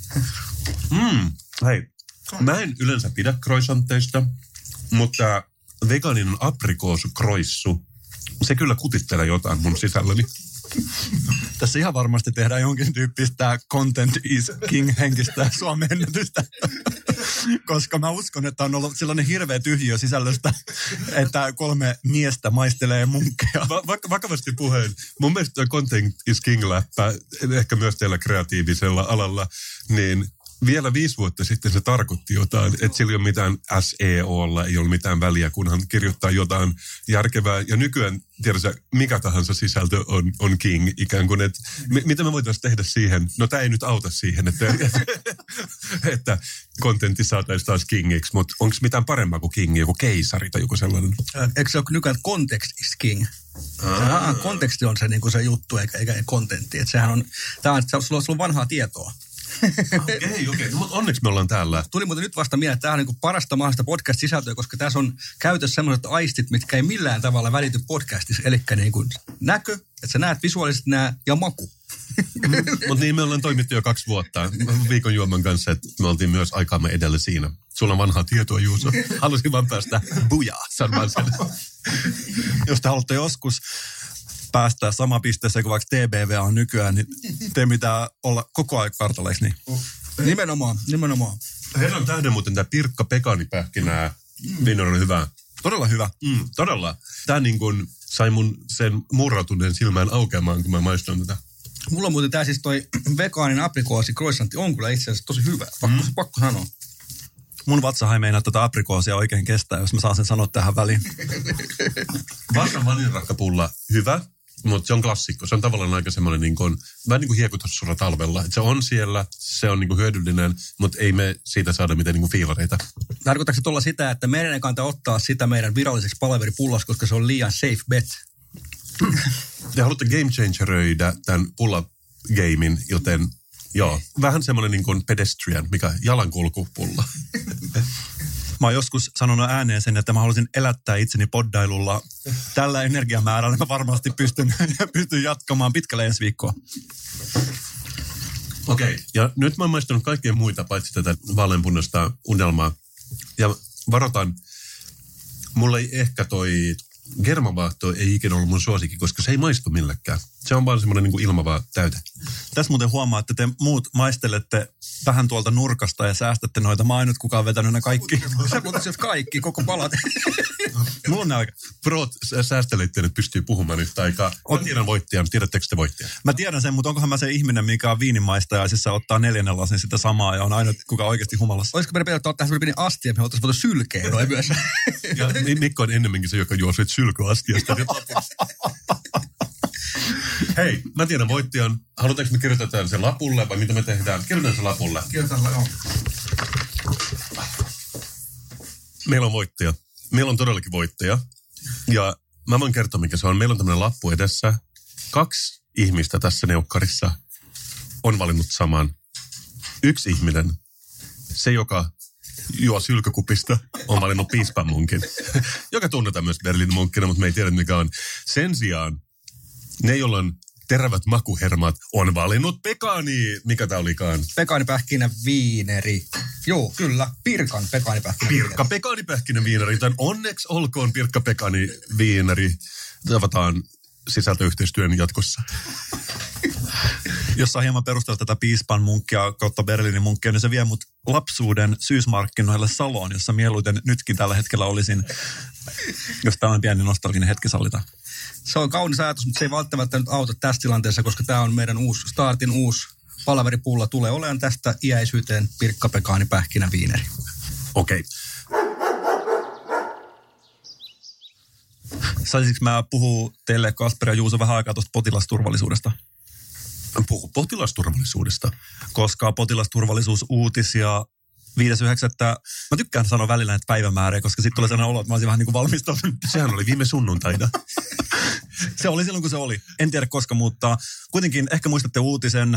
Hei, mä en yleensä pidä croissanteista, mutta vegaaninen aprikooskroissu, se kyllä kutittelee jotain mun sisälläni. Tässä ihan varmasti tehdään jonkin tyyppistä content is king -henkistä suomennetystä, koska mä uskon, että on ollut sellainen hirveä tyhjiö sisällöstä, että 3 miestä maistelee munkkeja. Vakavasti puheen, mun mielestä content is king-läppä, ehkä myös teillä kreatiivisella alalla, niin vielä 5 vuotta sitten se tarkoitti jotain, että sillä ei ole mitään SEOlla, ei ole mitään väliä, kunhan kirjoittaa jotain järkevää. Ja nykyään, tiedätkö, mikä tahansa sisältö on king ikään kuin, että mitä me voitaisiin tehdä siihen? No tämä ei nyt auta siihen, että kontentti saataisiin taas kingiksi, mutta onko mitään parempaa kuin king, joku keisari tai joku sellainen? Eikö se ole nykyään context is king? Konteksti on se, niin kuin se juttu, eikä kontentti. Että sehän on, sulla on vanhaa tietoa. Okei. Mutta onneksi me ollaan täällä. Tuli muuten nyt vasta mieleen, että tämä on niin parasta mahdollista podcast-sisältöä, koska tässä on käytössä sellaiset aistit, mitkä ei millään tavalla välity podcastissa. Eli niin kuin näkö, että sä näet visuaalisesti ja maku. Mutta niin me ollaan toimittu jo 2 vuotta viikon juoman kanssa, että me oltiin myös aikaamme edellä siinä. Sulla on vanhaa tietoa, Juuso. Halusin vaan päästä bujaa, sanon sen. Jos te haluatte joskus päästä samaan pisteeseen kuin vaikka TBV on nykyään, niin te pitää olla koko ajan kartalla, eikö niin? Nimenomaan. Herran tähden muuten tämä Pirkka pekanipähkinää viini on hyvä. Todella hyvä. Todella. Tämä niin kuin sai mun sen murrautuneen silmään aukeamaan, kun mä maistoin tätä. Mulla on muuten tämä siis toi vegaanin aprikoosi croissantti on kyllä itse asiassa tosi hyvä. Pakko sanoa. Mun vatsa ei meinaa tätä aprikoosia oikein kestää, jos mä saan sen sanoa tähän väliin. Vastan vaniljakkapulla hyvä, mutta se on klassikko. Se on tavallaan aika semmoinen niin kuin, vähän niin kuin hiekutussura talvella. Et se on siellä, se on niin kuin hyödyllinen, mutta ei me siitä saada mitään niin kuin fiilareita. Tarkoittaako se tuolla sitä, että meidän ei kannata ottaa sitä meidän viralliseksi palaveripullas, koska se on liian safe bet? Te haluatte game changeröidä tämän pulla-gamein, joten joo, vähän semmoinen niin kuin pedestrian, mikä jalankulkupulla. Mä oon joskus sanonut ääneen sen, että mä haluaisin elättää itseni poddailulla. Tällä energiamäärällä mä varmasti pystyn jatkamaan pitkälle ensi viikkoa. Okei. Ja nyt mä oon maistanut kaikkea muita, paitsi tätä vaaleanpunaista unelmaa. Ja varoitan, mulla ei ehkä toi germavaahto ei ikinä ollut mun suosikki, koska se ei maistu millekään. Se on vaan semmoinen niin kuin ilmavaa täyte. Tässä muuten huomaa, että te muut maistelette vähän tuolta nurkasta ja säästätte noita. Mä oon ainut kukaan vetänyt ne kaikki. Sä muuten kaikki, koko palat. Mulla on nälkä. Proot, säästelitte nyt pystyy puhumaan yhtä aikaa. Mä tiedän voittajan. Tiedättekö te voittajan? Mä tiedän sen, mutta onkohan mä se ihminen, mikä on viininmaistaja ja siis se ottaa 4. lasin sitä samaa ja on ainut kuka oikeasti humalassa. Olisiko meidän pitänyt ottaa semmoinen pieni astia, me oltaisiin voitu sylkeä noin myös. Ja Mikko on ennemminkin se, joka juo siitä sylkyastiasta. Hei, mä tiedän voittajan. Halutaanko me kirjoitetaan sen lapulle vai mitä me tehdään? Kirjoitetaan se lapulle. Kirjoitetaan, joo. Meillä on voittaja. Meillä on todellakin voittaja. Ja mä voin kertoa, mikä se on. Meillä on tämmöinen lappu edessä. 2 ihmistä tässä neukkarissa on valinnut saman. 1 ihminen, se joka juo sylkökupista, on valinnut piispan munkin. Joka tunnetaan myös Berliinin munkkina, mutta me ei tiedä mikä on. Sen sijaan ne, joilla on terävät makuhermat, on valinnut pekani. Mikä tää olikaan? Pekanipähkinä viineri. Joo, kyllä. Pirkan pekanipähkinä viineri. Pirkka pekanipähkinä viineri. Tämän onneksi olkoon Pirkka pekani viineri. Tavataan sisältöyhteistyön jatkossa. Jos saa hieman perustella tätä piispan munkkia kautta Berliinin munkkia, niin se vie mut lapsuuden syysmarkkinoille Saloon, jossa mieluiten nytkin tällä hetkellä olisin, jos tällainen pieni nostalginen hetki sallitaan. Se on kaunis ajatus, mutta se ei välttämättä nyt auta tässä tilanteessa, koska tämä on meidän Startin uusi palaveripulla. Tulee olemaan tästä iäisyyteen Pirkka pekani pähkinä viineri. Okei. Saisinko mä puhua teille, Kasper ja Juuso, vähän aikaa tuosta potilasturvallisuudesta? Puhu potilasturvallisuudesta. Koska potilasturvallisuusuutisia 5.9. Mä tykkään sanoa välillä näitä päivämääriä, koska sitten tulee sellainen olo, että mä olisin vähän niin kuin valmistautunut. Sehän oli viime sunnuntaina. Se oli silloin, kun se oli. En tiedä, koska muuttaa. Kuitenkin ehkä muistatte uutisen.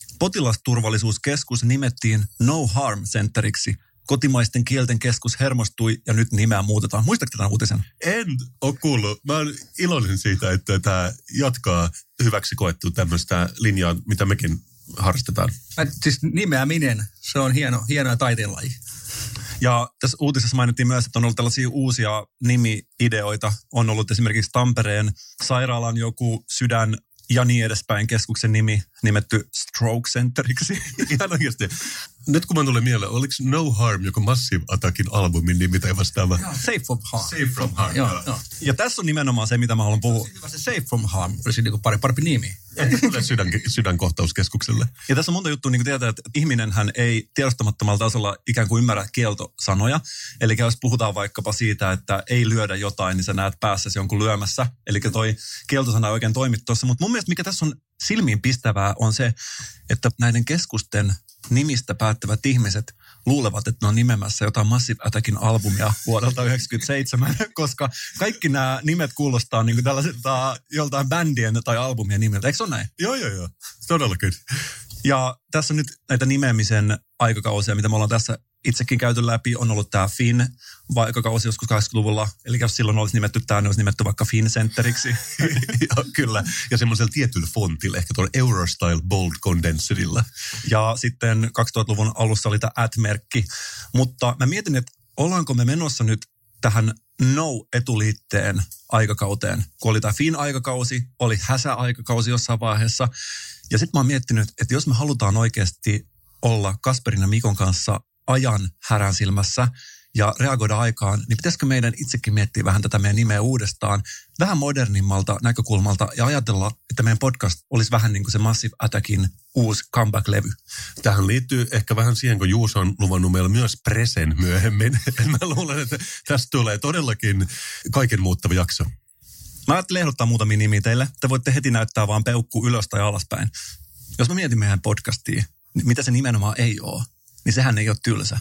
Potilasturvallisuuskeskus nimettiin No Harm Centeriksi. Kotimaisten kielten keskus hermostui ja nyt nimeä muutetaan. Muistatko tämän uutisen? En ole kuullut. Mä oon iloinen siitä, että tämä jatkaa hyväksi koettua tämmöistä linjaa, mitä mekin harrastetaan. Siis nimeäminen, se on hieno taiteenlaji. Ja tässä uutisessa mainittiin myös, että on ollut tällaisia uusia nimi-ideoita. On ollut esimerkiksi Tampereen sairaalan joku sydän ja niin edespäin keskuksen nimi nimetty Stroke Centeriksi. Ihan oikeasti. Nyt kun mä tulee mieleen, oliko No Harm joku Massive Attackin albumin nimi tai vastaava? Safe from Harm. Safe from Harm. Joo. Ja tässä on nimenomaan se, mitä mä haluan puhua. Se Safe from Harm olisi niin parempi nimi. Sydänkohtauskeskukselle. Ja tässä on monta juttua, niin kuin tietää, että ihminenhän ei tiedostamattomalla tasolla ikään kuin ymmärrä kieltosanoja. Eli jos puhutaan vaikkapa siitä, että ei lyödä jotain, niin sä näet päässäsi jonkun lyömässä. Eli toi kieltosana ei oikein toimi tuossa. Mutta mun mielestä mikä tässä on silmiin pistävää on se, että näiden keskusten nimistä päättävät ihmiset luulevat, että ne on nimemässä jotain Massive Attackin albumia vuodelta 1997, koska kaikki nämä nimet kuulostaa niin kuin tällaisilta joltain bändien tai albumien nimeltä. Eikö se ole näin? Joo. Todellakin. Ja tässä on nyt näitä nimeämisen aikakausia, mitä me ollaan tässä itsekin käyty läpi. On ollut tämä Finn-aikakausi joskus 80-luvulla. Eli jos silloin olisi nimetty tämä, niin olisi nimetty vaikka Finn Centeriksi. Joo, kyllä. Ja semmoisella tietyllä fontilla, ehkä tuolla Eurostyle Bold Condensedilla. Ja sitten 2000-luvun alussa oli tämä @merkki. Mutta mä mietin, että ollaanko me menossa nyt tähän No-etuliitteen aikakauteen. Kun oli tämä Finn-aikakausi, oli Häsä-aikakausi jossain vaiheessa. Ja sitten mä oon miettinyt, että jos me halutaan oikeasti olla Kasperin ja Mikon kanssa ajan härän silmässä ja reagoida aikaan, niin pitäisikö meidän itsekin miettiä vähän tätä meidän nimeä uudestaan, vähän modernimmalta näkökulmalta ja ajatella, että meidän podcast olisi vähän niin kuin se Massive Attackin uusi comeback-levy. Tähän liittyy ehkä vähän siihen, kun Juuso on luvannut meillä myös presen myöhemmin. Mä luulen, että tästä tulee todellakin kaiken muuttava jakso. Mä ajattelin ehdottaa muutamia nimiä teille. Te voitte heti näyttää vaan peukku ylös tai alaspäin. Jos mä mietin meidän podcastia, niin mitä se nimenomaan ei ole, niin sehän ei ole tylsä.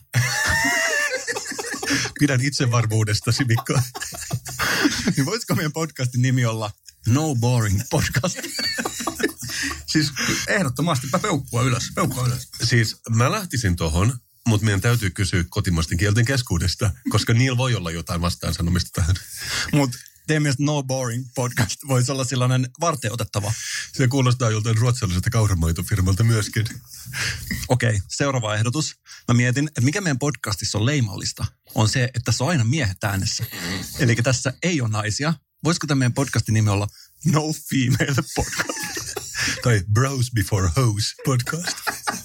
Pidän itsevarmuudestasi, Mikko. Niin voisiko meidän podcastin nimi olla No Boring Podcast? Siis ehdottomasti peukkua ylös. Siis mä lähtisin tohon, mutta meidän täytyy kysyä kotimaisten kielten keskuudesta, koska niillä voi olla jotain vastaan sanomista tähän. Mutta teidän mielestä No Boring Podcast voisi olla sellainen varteenotettava. Se kuulostaa joltain ruotsalliselta kauramaitofirmalta myöskin. Okei, seuraava ehdotus. Mä mietin, että mikä meidän podcastissa on leimallista, on se, että tässä on aina miehet äänessä. Eli tässä ei ole naisia. Voisiko tämän meidän podcastin nimi olla No Female Podcast? Tai Bros Before Hoes Podcast.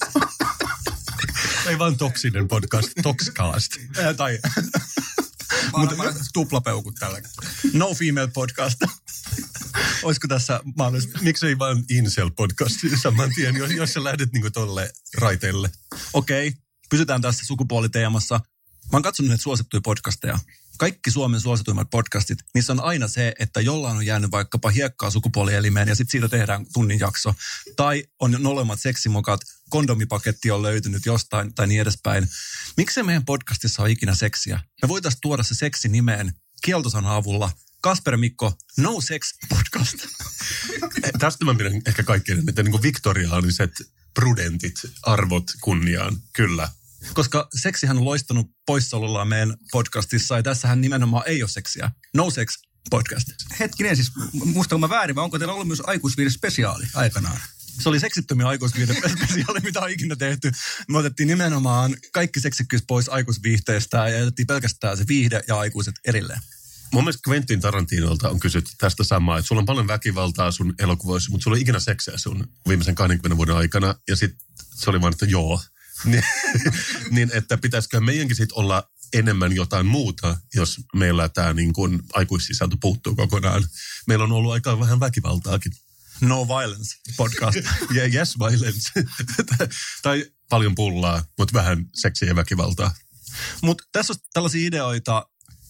Tai vaan toksinen podcast, Toxcast. Tai mutta tuplapeukut tällä. No Female Podcast. Olisiko tässä mahdollista? Miksei vaan Incel Podcast saman tien, jos sä lähdet niinku tolle raiteelle. Okei, pysytään tässä sukupuoliteemassa. Mä oon katsonut näitä suosittuja podcasteja. Kaikki Suomen suosituimmat podcastit, niissä on aina se, että jollain on jäänyt vaikkapa hiekkaa sukupuolielimeen ja sitten siitä tehdään tunnin jakso. Tai on noloimmat seksimokat, kondomipaketti on löytynyt jostain tai niin edespäin. Miksi meidän podcastissa on ikinä seksiä? Me voitaisiin tuoda se seksi nimeen kieltosanan avulla. Kasper Mikko, No Sex Podcast. Tästä mä pidän ehkä kaikkein että niin kuin viktoriaaniset prudentit arvot kunniaan, kyllä. Koska seksihän on loistanut poissaolollaan meidän podcastissa ja tässähän nimenomaan ei ole seksiä. No Sex Podcast. Hetkinen, siis muistanko mä väärin, vai onko teillä ollut myös aikuisviidespesiaali aikanaan? Se oli seksittömiä aikuisviihdespesiaali, mitä on ikinä tehty. Me otettiin nimenomaan kaikki seksikkyys pois aikuisviihteestä ja jätettiin pelkästään se viihde ja aikuiset erilleen. Mun mielestä Quentin Tarantinolta on kysytty tästä samaa, että sulla on paljon väkivaltaa sun elokuvissa, mutta sulla ei ikinä seksiä sun viimeisen 20 vuoden aikana. Ja sitten se oli vaan, että joo. Niin, että pitäisikö meidänkin sitten olla enemmän jotain muuta, jos meillä tämä niin kuin aikuissisältö puuttuu kokonaan. Meillä on ollut aika vähän väkivaltaakin. No Violence Podcast. Yes Violence. Tai paljon pullaa, mutta vähän seksiä ja väkivaltaa. Mutta tässä on tällaisia ideoita,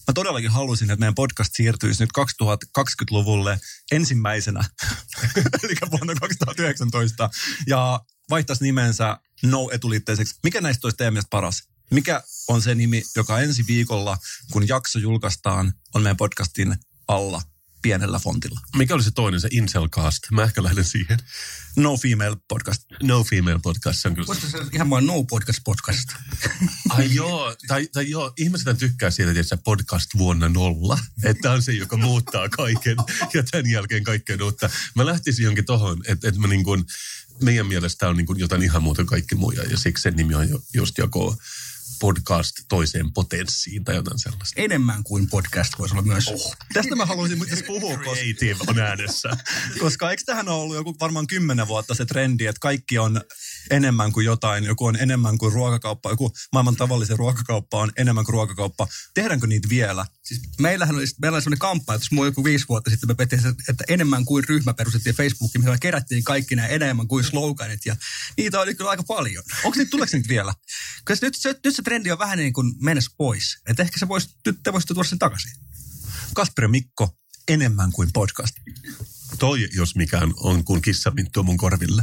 mä todellakin halusin, että meidän podcast siirtyisi nyt 2020-luvulle ensimmäisenä, eli vuonna 2019, ja vaihtaisi nimensä No-etuliitteiseksi. Mikä näistä olisi teidän mielestä paras? Mikä on se nimi, joka ensi viikolla, kun jakso julkaistaan, on meidän podcastin alla pienellä fontilla? Mikä oli se toinen, se Incelcast? Mä ehkä lähden siihen. No Female Podcast. No Female Podcast, se on kyllä. Voisiko se ihan vaan No Podcast? Ai joo, tai joo, ihmiset tykkää siitä, että se podcast vuonna 0, että on se, joka muuttaa kaiken ja tämän jälkeen kaikkeen uutta. Mä lähtisin jonkin tohon, että mä niin kuin, meidän mielestä on niin kuin jotain ihan muuta kaikki muja ja siksi sen nimi on just joko podcast toiseen potenssiin tai jotain sellaista. Enemmän kuin podcast voisi olla myös. Tästä mä haluaisin itse puhua, Creative on äänessä. koska eikö tähän ole ollut joku varmaan 10 vuotta se trendi, että kaikki on enemmän kuin jotain, joku on enemmän kuin ruokakauppa, joku maailman tavallisen ruokakauppa on enemmän kuin ruokakauppa. Tehdäänkö niitä vielä? Siis meillä oli sellainen kampanja, että jos joku 5 vuotta sitten me pettiin, että enemmän kuin ryhmä perustettiin Facebookiin, missä me kerättiin kaikki nämä enemmän kuin sloganit ja niitä oli kyllä aika paljon. Tuleeko niitä vielä? Koska nyt se trendi on vähän niin kuin mennessä pois. Että ehkä te voisitte tuoda sen takaisin. Kasper ja Mikko, enemmän kuin podcast. Toi, jos mikään, on kuin kissaminttu mun korville.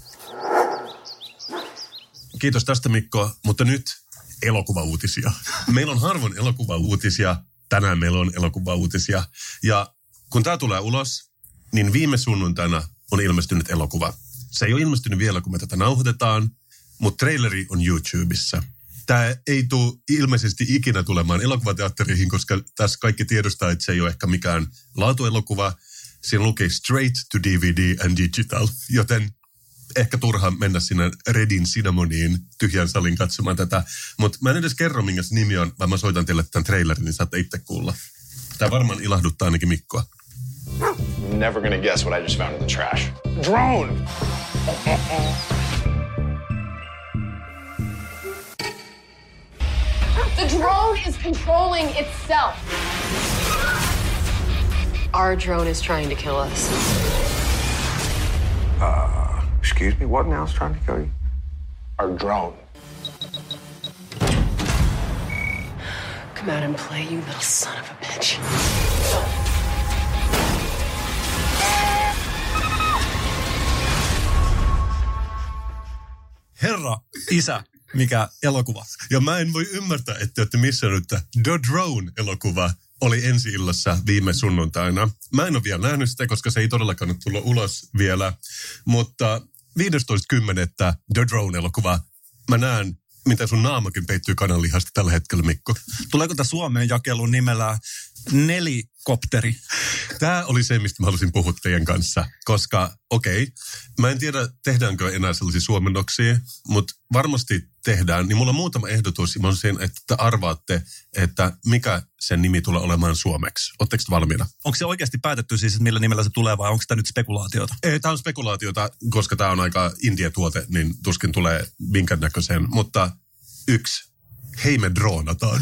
Kiitos tästä, Mikko, mutta nyt elokuvauutisia. Meillä on harvoin elokuvauutisia. Tänään meillä on elokuvauutisia. Ja kun tää tulee ulos, niin viime sunnuntaina on ilmestynyt elokuva. Se ei ole ilmestynyt vielä, kun me tätä nauhoitetaan, mutta traileri on YouTubessa. Tämä ei tule ilmeisesti ikinä tulemaan elokuvateatteriin, koska tässä kaikki tiedostaa, että se ei ole ehkä mikään laatuelokuva. Siinä lukee straight to DVD and digital, joten ehkä turha mennä sinne Redin Cinnamoniin tyhjän salin katsomaan tätä. Mutta mä en edes kerro, minkä se nimi on, vaan mä soitan teille tämän trailerin, niin saatte itse kuulla. Tämä varmaan ilahduttaa ainakin Mikkoa. Never gonna guess what I just found in the trash. Drone! The drone is controlling itself. Our drone is trying to kill us. Excuse me, what now is trying to kill you? Our drone. Come out and play, you little son of a bitch. Herra, isä, mikä elokuva? Ja mä en voi ymmärtää, että olette missannut, että The Drone-elokuva oli ensi-illassa viime sunnuntaina. Mä en ole vielä nähnyt sitä, koska se ei todellakaan ole tullut ulos vielä. Mutta 15.10. The Drone-elokuva. Mä näen, miten sun naamakin peittyy kananlihasta tällä hetkellä, Mikko. Tuleeko tämä Suomeen jakelun nimellä Nelikopteri? Tämä oli se, mistä mä halusin puhua teidän kanssa, koska mä en tiedä, tehdäänkö enää sellaisia suomennoksia, mutta varmasti tehdään. Niin mulla on muutama ehdotus, ja mä on sen, että te arvaatte, että mikä sen nimi tulee olemaan suomeksi. Oletteko te valmiina? Onko se oikeasti päätetty siis, että millä nimellä se tulee, vai onko tämä nyt spekulaatiota? Ei, tämä on spekulaatiota, koska tämä on aika India-tuote, niin tuskin tulee minkään näköiseen. Mutta 1, hei me droonataan.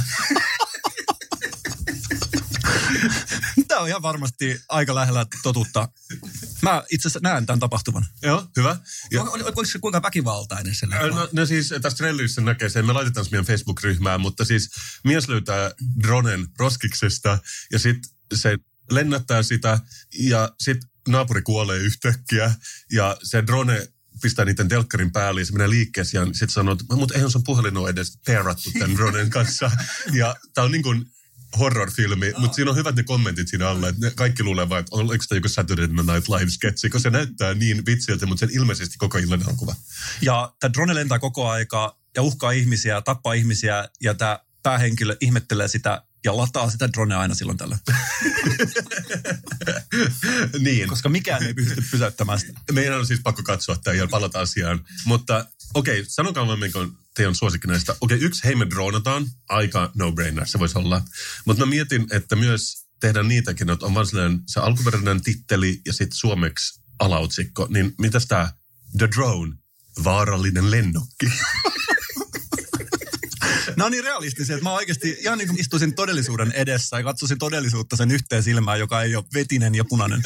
Tämä on ihan varmasti aika lähellä totuutta. Mä itse asiassa näen tämän tapahtuvan. Joo, hyvä. Ja Oliko se kuinka väkivaltainen se leffa? no siis tässä trailerissä näkee sen, me laitetaan se meidän Facebook-ryhmään, mutta siis mies löytää dronen roskiksesta ja sitten se lennättää sitä ja sitten naapuri kuolee yhtäkkiä ja se drone pistää niiden telkkarin päälle ja se menee liikkeeseen ja sitten sanoo, mutta eihän sun puhelin ole edes pairattu tämän dronen kanssa. Ja tämä on niin kuin horror-filmi, mutta siinä on hyvät ne kommentit siinä alla, että kaikki luulee vaan, että oliko tämä joku Saturday Night Live-sketsi, koska se näyttää niin vitsiltä, mutta sen ilmeisesti koko illan elokuva. Ja tämä drone lentää koko aika ja uhkaa ihmisiä, tappaa ihmisiä ja tämä päähenkilö ihmettelee sitä ja lataa sitä dronea aina silloin tällä. Niin. Koska mikään ei pysty pysäyttämään sitä. Meidän on siis pakko katsoa tämä ja palata asiaan. Mutta sanokaa vaan, mikä on teidän suosikki näistä. 1, hei me droonataan. Aika no-brainer, se voisi olla. Mutta mä mietin, että myös tehdään niitäkin, että on vaan sellainen se alkuperäinen titteli ja sitten suomeksi alaotsikko. Niin mitäs tämä The Drone, vaarallinen lennokki? Nämä on niin realistisia, että mä oikeasti ihan niin kuin istuisin todellisuuden edessä ja katsoisin todellisuutta sen yhteen silmään, joka ei ole vetinen ja punainen.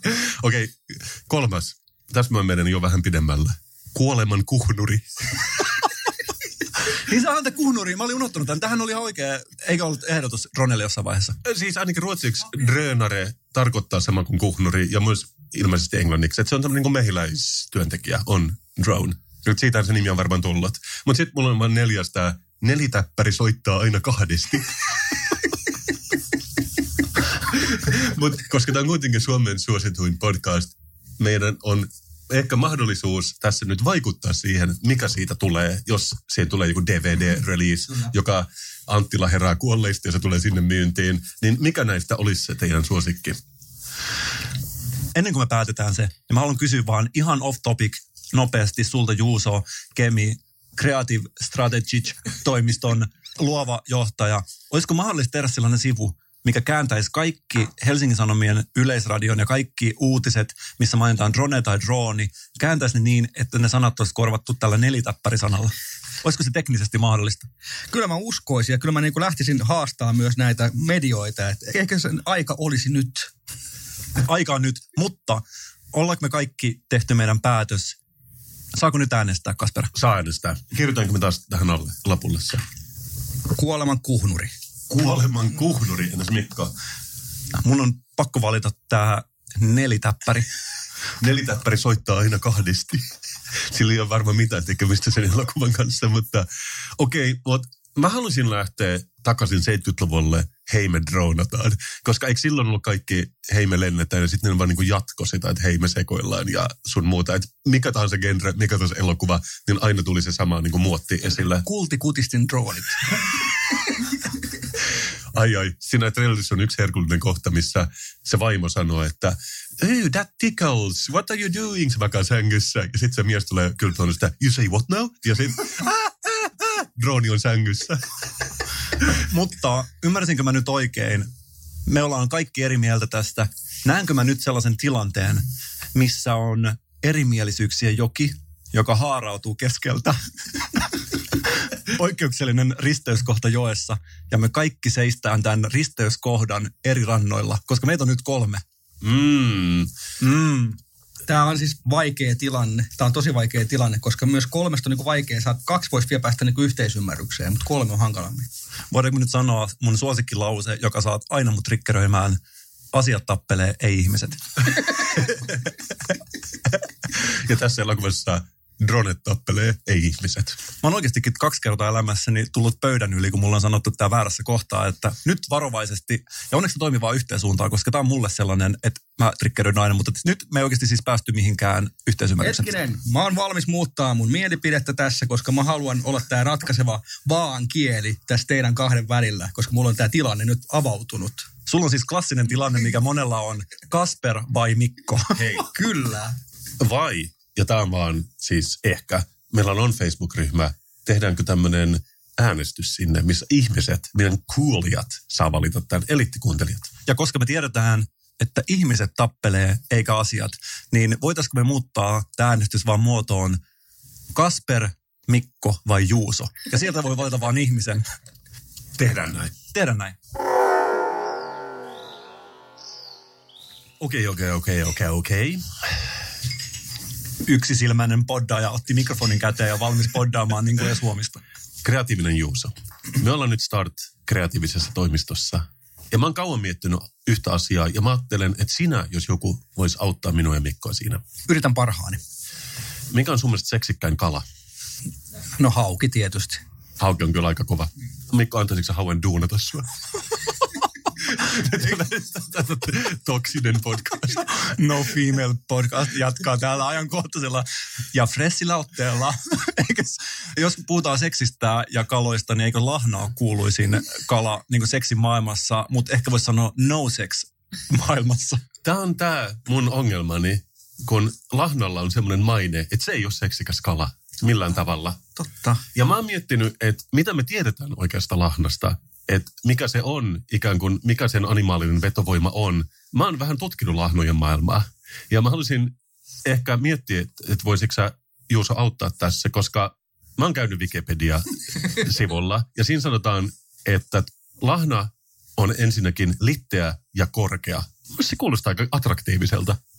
3. Tässä mä menen jo vähän pidemmällä. Kuoleman kuhnuri. Niin se on kuhnuri. Mä olin unohtanut tämän. Tähän oli oikea, eikä ollut ehdotus Dronelle jossain vaiheessa. Siis ainakin ruotsiksi drönare tarkoittaa sama kuin kuhnuri ja myös ilmeisesti englanniksi. Että se on tämmöinen niin kuin mehiläistyöntekijä, on drone. Nyt siitä se nimi on varmaan tullut. Mutta sitten mulla on vaan nelitäppäri soittaa aina kahdesti. Mutta koska tämä on kuitenkin Suomen suosituin podcast, meidän on ehkä mahdollisuus tässä nyt vaikuttaa siihen, mikä siitä tulee, jos siihen tulee joku DVD-release, joka Anttila herää kuolleista ja se tulee sinne myyntiin, niin mikä näistä olisi se teidän suosikki? Ennen kuin me päätetään se, niin mä haluan kysyä vaan ihan off topic nopeasti sulta Juuso Kemi, Creative Strategy-toimiston luova johtaja. Olisiko mahdollista tehdä sellainen sivu, mikä kääntäisi kaikki Helsingin Sanomien Yleisradion ja kaikki uutiset, missä mainitaan drone tai drooni, kääntäisi ne niin, että ne sanat olisi korvattu tällä nelitäppärisanalla. Olisiko se teknisesti mahdollista? Kyllä mä uskoisin ja kyllä mä niin kuin lähtisin haastaa myös näitä medioita, että ehkä sen aika olisi nyt. Aika on nyt, mutta ollaanko me kaikki tehty meidän päätös? Saako nyt äänestää, Kasper? Saa äänestää. Kirjoitanko me taas tähän alle lapulle se? Kuoleman kuhnuri. Kuoleman kuhnuri, entäs Mikko? Mun on pakko valita tää nelitäppäri. Nelitäppäri soittaa aina kahdesti. Sillä ei ole varmaan mitään tekemistä sen elokuvan kanssa, mutta okei, mä haluaisin lähteä takaisin 70-luvulle hei me dronataan, koska eikö silloin ollut kaikki hei me lennetään ja sitten ne vaan niin kuin jatko sitä, että hei me sekoillaan ja sun muuta. Että mikä tahansa genre, mikä tahansa elokuva, niin aina tuli se sama niin kuin muotti esille. Kultikutistin droonit. Ai, siinä trailerissa on yksi herkullinen kohta, missä se vaimo sanoo, että hey, that tickles, what are you doing? Se makaa sängyssä. Ja sitten se mies tulee kyllä sitä, you say what now? Ja sitten, drooni on sängyssä. Mutta ymmärsinkö mä nyt oikein? Me ollaan kaikki eri mieltä tästä. Näenkö mä nyt sellaisen tilanteen, missä on erimielisyyksien joki, joka haarautuu keskeltä? Poikkeuksellinen risteyskohta joessa, ja me kaikki seistään tämän risteyskohdan eri rannoilla, koska meitä on nyt 3. Tämä on siis vaikea tilanne. Tämä on tosi vaikea tilanne, koska myös 3 on niin kuin vaikea. 2 voisi vielä päästä niin kuin yhteisymmärrykseen, mutta 3 on hankalammin. Voidaanko nyt sanoa mun suosikkilause, joka saat aina mut triggeröimään, asiat tappelee, ei ihmiset. Ja tässä elokuvassa drone tappelee, ei ihmiset. Mä oon oikeastikin 2 kertaa elämässäni tullut pöydän yli, kun mulla on sanottu tää väärässä kohtaa, että nyt varovaisesti, ja onneksi se toimii vaan yhteen suuntaan, koska tää on mulle sellainen, että mä triggeröin aina, mutta nyt me ei oikeasti siis päästy mihinkään yhteisymmärrykseen. Hetkinen, mä oon valmis muuttaa mun mielipidettä tässä, koska mä haluan olla tää ratkaiseva vaan kieli tässä teidän 2 välillä, koska mulla on tää tilanne nyt avautunut. Sulla on siis klassinen tilanne, mikä monella on Kasper vai Mikko. Hei, Kyllä. vai, ja tämä on vaan siis ehkä, meillä on Facebook-ryhmä, tehdäänkö tämmöinen äänestys sinne, missä ihmiset, meidän kuulijat saa valita tämän eliittikuuntelijat. Ja koska me tiedetään, että ihmiset tappelee eikä asiat, niin voitaisiko me muuttaa tämä äänestys vaan muotoon Kasper, Mikko vai Juuso? Ja sieltä voi valita vaan ihmisen. Tehdään näin. Tehdään näin. Okei. Yksisilmäinen poddaaja otti mikrofonin käteen ja valmis poddaamaan niin kuin Suomista. Kreatiivinen Juuso. Me ollaan nyt Start kreatiivisessa toimistossa. Ja mä oon kauan miettinyt yhtä asiaa ja mä ajattelen, että sinä, jos joku voisi auttaa minua ja Mikkoa siinä. Yritän parhaani. Mikä on sun mielestä seksikkäin kala? No hauki tietysti. Hauki on kyllä aika kova. Mikko, antaisitko sä hauen duunata sua? Toksinen podcast. No Female podcast jatkaa täällä ajankohtaisella ja freshillä otteella. Jos puhutaan seksistä ja kaloista, niin eikö lahna ole kuuluisin kala niin kuin seksin maailmassa, mutta ehkä voisi sanoa no sex maailmassa. Tämä on tämä mun ongelmani, kun lahnalla on semmoinen maine, että se ei ole seksikäs kala millään tavalla. Totta. Ja mä oon miettinyt, että mitä me tiedetään oikeasta lahnasta. Että mikä se on, ikään kuin mikä sen animaalinen vetovoima on. Mä oon vähän tutkinut lahnojen maailmaa. Ja mä haluaisin ehkä miettiä, että voisitko sä, Juuso, auttaa tässä, koska mä oon käynyt Wikipedia-sivulla. Ja siinä sanotaan, että lahna on ensinnäkin litteä ja korkea. Se kuulostaa aika attraktiiviselta.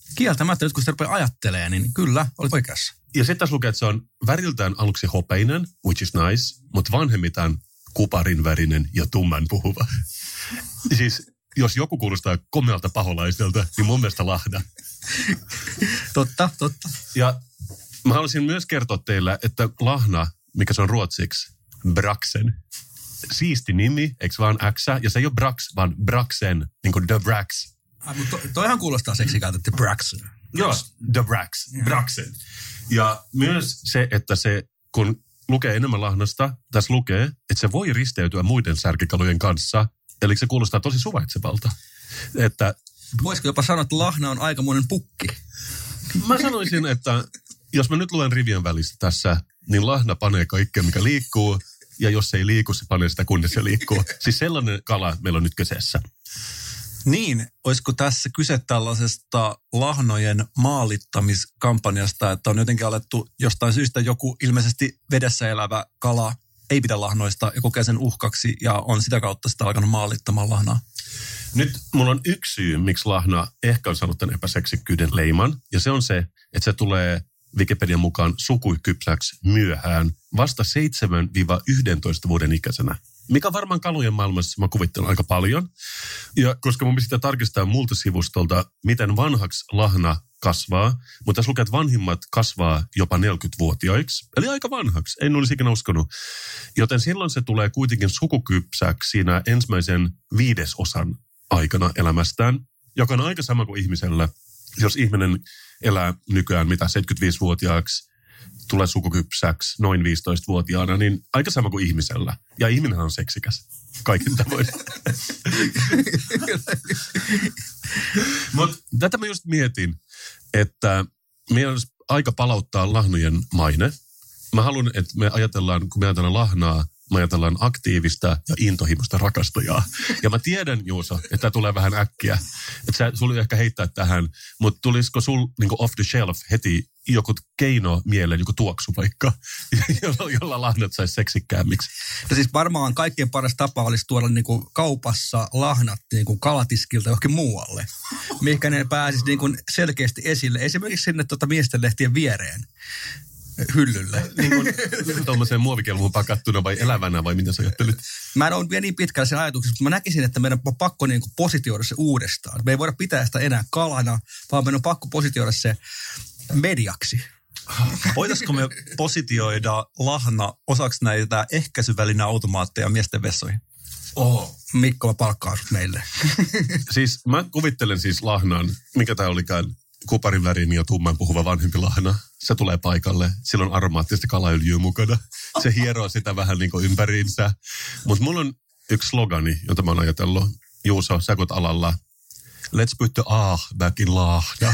Kieltämättä nyt kun sitä rupeaa ajattelee, niin kyllä, olet oikeassa. Ja sitten tässä lukee, että se on väriltään aluksi hopeinen, which is nice, mutta vanhemmitaan kuparin värinen ja tumman puhuva. Siis jos joku kuulostaa komealta paholaiselta, niin mun mielestä lahna. Totta. Ja mä haluaisin myös kertoa teille, että lahna, mikä se on ruotsiksi, Braxen. Siisti nimi, eikö vaan X? Ja se ei ole Brax, vaan Braxen, niin kuin The Brax. Mutta toihan kuulostaa seksikältä, että Braxen. Joo, The Brax, Braxen. Ja myös se, että se, kun lukee enemmän lahnasta, tässä lukee, että se voi risteytyä muiden särkikalujen kanssa. Eli se kuulostaa tosi suvaitsevalta. Että voisiko jopa sanoa, että lahna on aikamoinen pukki? Mä sanoisin, että jos mä nyt luen rivien välistä tässä, niin lahna panee kaikkea, mikä liikkuu. Ja jos se ei liiku, se panee sitä, kunnes se liikkuu. Siis sellainen kala meillä on nyt kyseessä. Niin, olisiko tässä kyse tällaisesta lahnojen maalittamiskampanjasta, että on jotenkin alettu jostain syystä joku ilmeisesti vedessä elävä kala ei pidä lahnoista ja kokee sen uhkaksi ja on sitä kautta sitä alkanut maalittamaan lahnaa. Nyt mulla on yksi syy, miksi lahna ehkä on saanut tämän epäseksikkyyden leiman. Ja se on se, että se tulee Wikipedian mukaan sukukypsäksi myöhään vasta 7-11 vuoden ikäisenä. Mikä varmaan kalojen maailmassa mä kuvittelen aika paljon. Ja koska mun pitää tarkistaa multa sivustolta, miten vanhaksi lahna kasvaa, mutta tässä lukee, että vanhimmat kasvaa jopa 40-vuotiaiksi. Eli aika vanhaksi, en olisi ikinä uskonut. Joten silloin se tulee kuitenkin sukukypsäksi siinä ensimmäisen 5% aikana elämästään, joka on aika sama kuin ihmisellä. Jos ihminen elää nykyään 75-vuotiaaksi, tulee sukukypsäksi noin 15-vuotiaana, niin aika sama kuin ihmisellä. Ja ihminen on seksikäs. Kaikin tavoin. Mutta tätä mä just mietin, että meidän olisi aika palauttaa lahnojen maine. Mä haluan, että me ajatellaan, kun me ajatellaan lahnaa, me ajatellaan aktiivista ja intohimoista rakastajaa. Ja mä tiedän, Juuso, että tämä tulee vähän äkkiä. Että sulla ehkä heittää tähän, mutta tulisiko sul niin off the shelf heti joku keino mieleen, joku tuoksu vaikka, jolla lahnat saisi seksikkäämmiksi? No siis varmaan kaikkein paras tapa olisi tuoda niin kuin kaupassa lahnat niin kuin kalatiskilta johonkin muualle, mihinkä ne pääsisi niin kuin selkeästi esille. Esimerkiksi sinne miesten lehtien viereen. Hyllylle. Niin kuin tuollaiseen muovikelmuun pakattuna vai elävänä vai mitä sä ajattelit? Mä en ole vielä niin pitkällä sen ajatuksessa, mutta mä näkisin, että meidän on pakko niin kuin positioida se uudestaan. Me ei voida pitää sitä enää kalana, vaan meidän on pakko positioida se mediaksi. Voitaisiko me positioida lahna osaksi näitä ehkäisyvälineautomaatteja miesten vessoihin? Mikko, mä palkkaan sut meille. Siis mä kuvittelen siis lahnan, mikä tää olikaan, kuparin värin ja tumman puhuva vanhempi lahna. Se tulee paikalle. Sillä on aromaattista kalaöljyä mukana. Se hieroo sitä vähän niin kuin ympäriinsä. Mutta mulla on yksi slogani, jota mä oon ajatellut. Juuso, sä kun alalla. Let's put the back in lahna.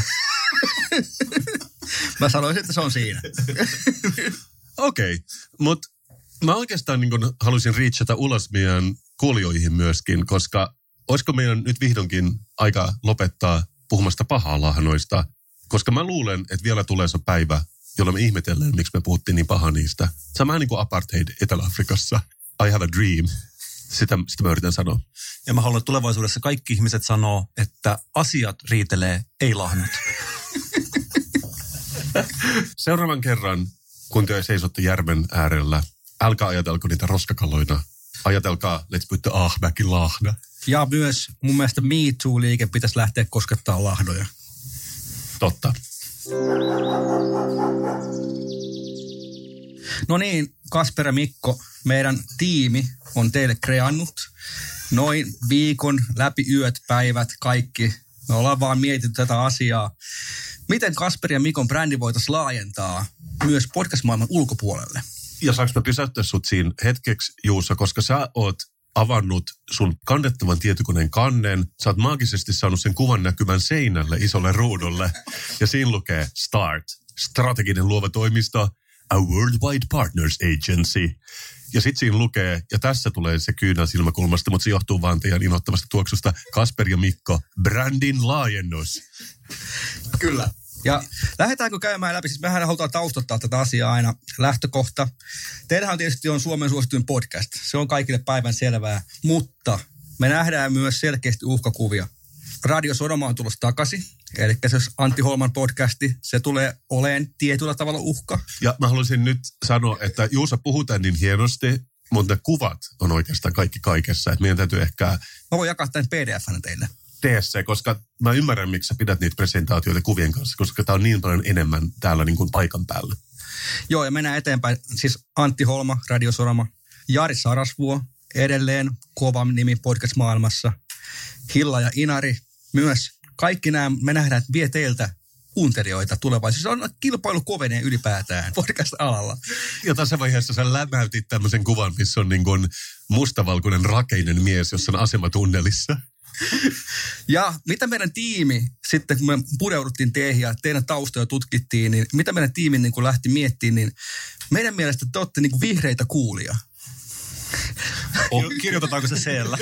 Mä sanoisin, että se on siinä. Okei, mutta mä oikeastaan niin kun haluaisin reachata ulos meidän kuulijoihin myöskin, koska olisiko meidän nyt vihdoinkin aika lopettaa puhumasta pahaa lahnoista, koska mä luulen, että vielä tulee se päivä, jolloin me ihmetellään, miksi me puhuttiin niin paha niistä. Se on vähän niin kuin apartheid Etelä-Afrikassa. I have a dream. Sitä mä yritän sanoa. Ja mä haluan, että tulevaisuudessa kaikki ihmiset sanoo, että asiat riitelee, ei lahnat. Seuraavan kerran, kun te seisotte järven äärellä, älkää ajatelko niitä roskakaloina. Ajatelkaa, let's put the back in lahna. Ja myös mun mielestä Me Too-liike pitäisi lähteä koskettaa lahdoja. Totta. No niin, Kasper ja Mikko, meidän tiimi on teille kreannut noin viikon läpi yöt, päivät, kaikki. Me ollaan vaan mietitty tätä asiaa. Miten Kasper ja Mikon brändi voitaisiin laajentaa myös podcast-maailman ulkopuolelle? Ja saanko mä pysäyttää sut siinä hetkeksi, Juuso, koska sä oot avannut sun kannettavan tietokoneen kannen. Sä oot maagisesti saanut sen kuvan näkymään seinälle isolle ruudulle. Ja siinä lukee START, strateginen luova toimisto, a worldwide partners agency. Ja sit siinä lukee, ja tässä tulee se kyynä silmäkulmasta, mutta se johtuu vaan teidän inhottavasta tuoksusta, Kasper ja Mikko, brändin laajennus. Kyllä. Ja lähdetäänkö käymään läpi? Siis mehän halutaan taustottaa tätä asiaa aina. Lähtökohta. Teillähän tietysti on Suomen suosituin podcast. Se on kaikille päivän selvää. Mutta me nähdään myös selkeästi uhkakuvia. Radio Sodoma on tulossa takaisin. Eli se Antti Holman podcasti, se tulee oleen tietyllä tavalla uhka. Ja mä haluaisin nyt sanoa, että Juusa puhuu tän niin hienosti, mutta ne kuvat on oikeastaan kaikki kaikessa. Että meidän täytyy ehkä... Mä voin jakaa tämän PDF-nä teille. Tee se, koska mä ymmärrän, miksi sä pidät niitä presentaatioita kuvien kanssa, koska tää on niin paljon enemmän täällä niin kuin paikan päällä. Joo, ja mennään eteenpäin. Siis Antti Holma, Radiosorama, Jari Sarasvuo, edelleen kova nimi podcast-maailmassa, Hilla ja Inari myös. Kaikki nämä me nähdään, että vie teiltä kuuntelijoita tulevaisuudessa. On kilpailu kovenee ylipäätään podcast-alalla. Ja tässä vaiheessa sä lämäytit tämmöisen kuvan, missä on niin kuin mustavalkoinen rakeinen mies, jossa on asematunnelissa. Ja mitä meidän tiimi, sitten kun me pureuduttiin teihin ja teidän taustoja tutkittiin, niin mitä meidän tiimi niin kun lähti miettimään, niin meidän mielestä te olette niin kuin vihreitä kuulia. Kirjoitetaanko se siellä?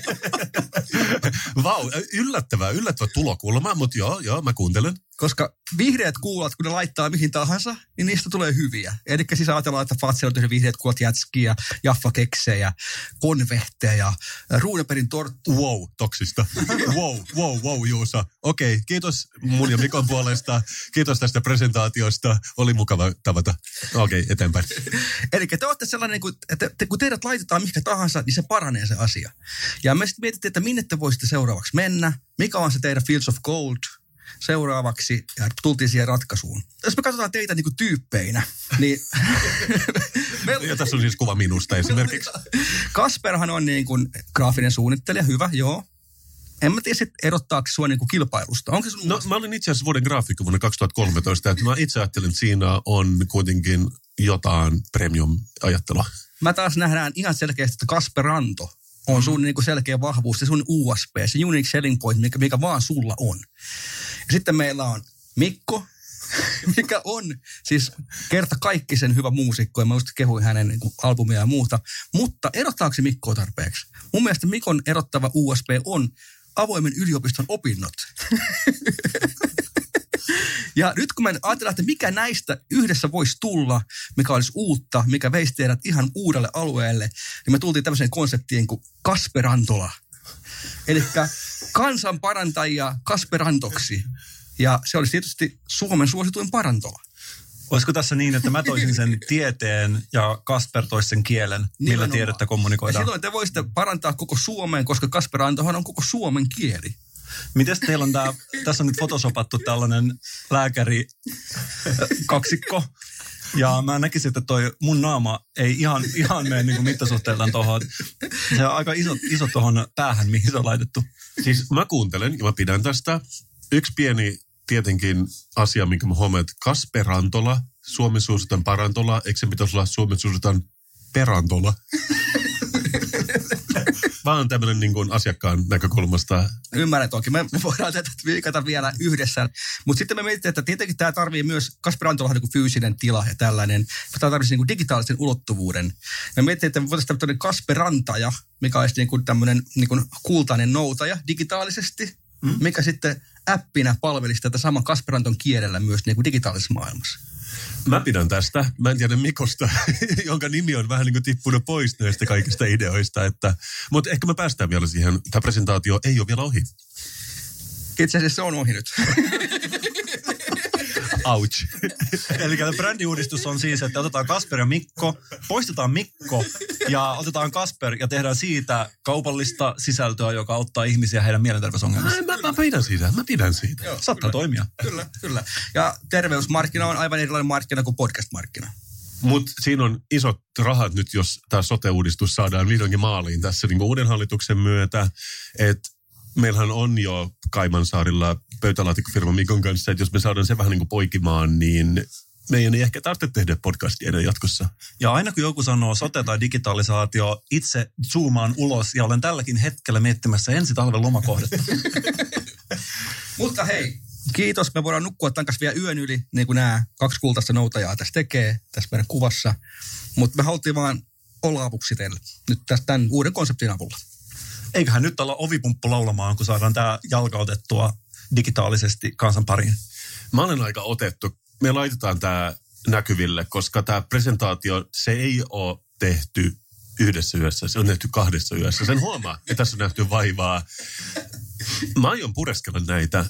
Vau, yllättävä tulokulma, mutta joo, mä kuuntelen. Koska vihreät kuulat, kun ne laittaa mihin tahansa, niin niistä tulee hyviä. Eli siis ajatellaan, että Fatsel on tehnyt vihreät kuulat jätskiä, Jaffa keksejä, konvehteja, Runebergin torttu. Wow, toksista. Wow, Juusa. Okei, kiitos mun ja Mikon puolesta. Kiitos tästä presentaatiosta. Oli mukava tavata. Okei, eteenpäin. Eli te olette sellainen, että kun teidät laitetaan mihinkä tahansa, niin se paranee se asia. Ja me sitten mietittiin, että minne te voisitte seuraavaksi mennä, mikä on se teidän Fields of Gold seuraavaksi, ja tultiin siihen ratkaisuun. Jos me katsotaan teitä niin kuin tyyppeinä, niin... Ja tässä on siis kuva minusta esimerkiksi. Kasperhan on niin kuin graafinen suunnittelija, hyvä, joo. En mä tiedä, erottaako sua niin kuin kilpailusta. Onko se no, mä olin itse asiassa vuoden graafikko vuonna 2013, että mä itse ajattelin, että siinä on kuitenkin jotain premium-ajattelua. Mä taas nähdään ihan selkeästi, että Kasperanto on sun niin kuin selkeä vahvuus, se sun USP, se unique selling point, mikä vaan sulla on. Ja sitten meillä on Mikko, mikä on siis kerta kaikki sen hyvä muusikko, ja mä just kehuin hänen niin kuin albumia ja muuta. Mutta erottaako se Mikkoa tarpeeksi? Mun mielestä Mikon erottava USP on avoimen yliopiston opinnot. Ja nyt kun me ajatellaan, että mikä näistä yhdessä voisi tulla, mikä olisi uutta, mikä veisi teidät ihan uudelle alueelle, niin me tultiin tämmöiseen konseptiin kuin Kasperantola. Eli kansanparantajia Kasperantoksi. Ja se olisi tietysti Suomen suosituin parantola. Olisiko tässä niin, että mä toisin sen tieteen ja Kasper toisi sen kielen, millä tiedettä kommunikoidaan? Ja silloin te voisitte parantaa koko Suomeen, koska Kasperantohan on koko Suomen kieli. Mites teillä on tässä on nyt photoshopattu tällainen lääkäri kaksikko. Ja mä näkisin, että toi mun naama ei ihan mene niin kuin mittasuhteeltaan tuohon. Se on aika iso tuohon päähän, mihin se on laitettu. Siis mä kuuntelen ja mä pidän tästä. Yksi pieni tietenkin asia, minkä mä huomaan, että Kasperantola, Suomen suosituin parantola, eikö se pitäisi olla Suomen suosituin perantola? Vaan tämmöinen niin kuin asiakkaan näkökulmasta. Ymmärrän toki. Me voidaan tätä viikata vielä yhdessä. Mutta sitten me mietitään, että tietenkin tämä tarvii myös, Kasperantola on niin kuin fyysinen tila ja tällainen. Tämä tarvitsisi niin kuin digitaalisen ulottuvuuden. Me mietitään, että me voitaisiin tämmöinen Kasperantaja, mikä olisi niin kuin tämmöinen niin kuin kultainen noutaja digitaalisesti, mikä sitten appina palvelisi tätä saman Kasperanton kielellä myös niin kuin digitaalisessa maailmassa. Mä pidän tästä. Mä en tiedä Mikosta, jonka nimi on vähän niin kuin tippunut pois näistä kaikista ideoista. Mutta ehkä me päästään vielä siihen. Tämä presentaatio ei ole vielä ohi. Itse asiassa se on ohi nyt. Ouch. Eli brändiuudistus on siis, että otetaan Kasper ja Mikko, poistetaan Mikko ja otetaan Kasper ja tehdään siitä kaupallista sisältöä, joka auttaa ihmisiä heidän mielenterveysongelmissa. Mä pidän siitä. Joo, saattaa toimia. Kyllä. Ja terveysmarkkina on aivan erilainen markkina kuin podcast-markkina. Mutta siinä on isot rahat nyt, jos tämä sote-uudistus saadaan vihdoinkin maaliin tässä niin kuin uuden hallituksen myötä. Että meillähän on jo Kaimansaarilla pöytälaatikkofirma Mikon kanssa, että jos me saadaan se vähän niin kuin poikimaan, niin meidän ei ehkä tarvitse tehdä podcastia enää jatkossa. Ja aina kun joku sanoo sote tai digitalisaatio, itse zoomaan ulos ja olen tälläkin hetkellä miettimässä ensi talven lomakohdetta. Mutta hei, kiitos. Me voidaan nukkua tämän kanssa vielä yön yli, niin kuin nämä 2 kultaista noutajaa tässä tekee, tässä meidän kuvassa. Mutta me haluttiin vaan olla avuksi teille nyt tämän uuden konseptin avulla. Eiköhän nyt olla ovipumppu laulamaan, kun saadaan tämä jalkautettua digitaalisesti kansan pariin. Mä olen aika otettu. Me laitetaan tämä näkyville, koska tämä presentaatio, se ei ole tehty yhdessä yössä. Se on tehty 2 yössä. Sen huomaa, että tässä on nähty vaivaa. Mä aion pureskella näitä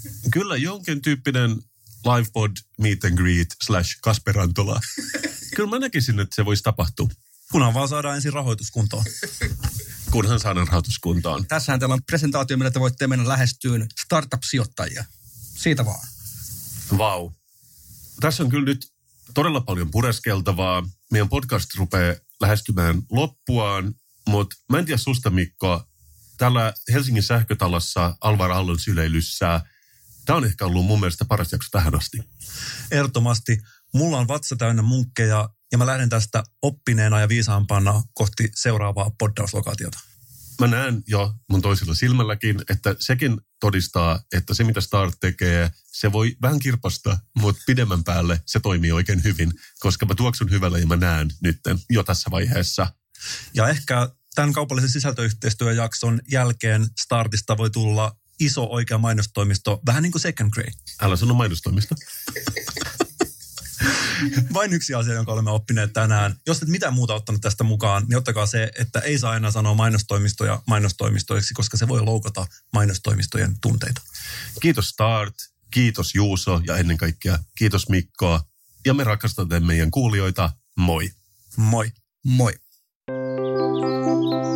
Kyllä jonkin tyyppinen livepod meet and greet / Kasper Rantola. Kyllä mä näkisin, että se voisi tapahtua. Kunhan vaan saadaan ensin rahoituskuntoon. Kunhan saadaan rahoituskuntaan. Tässähän teillä on presentaatio, millä te voitte mennä lähestyyn startup-sijoittajia. Siitä vaan. Vau. Tässä on kyllä nyt todella paljon pureskeltavaa. Meidän podcast rupeaa lähestymään loppuaan, mutta mä en tiedä susta, Mikko. Täällä Helsingin sähkötalossa Alvar Aallon syleilyssä, tämä on ehkä ollut mun mielestä paras jakso tähän asti. Ehdottomasti. Mulla on vatsa täynnä munkkeja ja mä lähden tästä oppineena ja viisaampana kohti seuraavaa poddauslokaatiota. Mä näen jo mun toisella silmälläkin, että sekin todistaa, että se mitä Start tekee, se voi vähän kirpasta, mutta pidemmän päälle se toimii oikein hyvin, koska mä tuoksun hyvällä ja mä näen nytten jo tässä vaiheessa. Ja ehkä tämän kaupallisen sisältöyhteistyöjakson jälkeen Startista voi tulla iso oikea mainostoimisto, vähän niin kuin Second Grey. Älä sano mainostoimista. Vain yksi asia, jonka olemme oppineet tänään. Jos et mitään muuta ottanut tästä mukaan, niin ottakaa se, että ei saa enää sanoa mainostoimistoja mainostoimistoiksi, koska se voi loukata mainostoimistojen tunteita. Kiitos Start, kiitos Juuso ja ennen kaikkea kiitos Mikko. Ja me rakastamme meidän kuulijoita. Moi. Moi. Moi.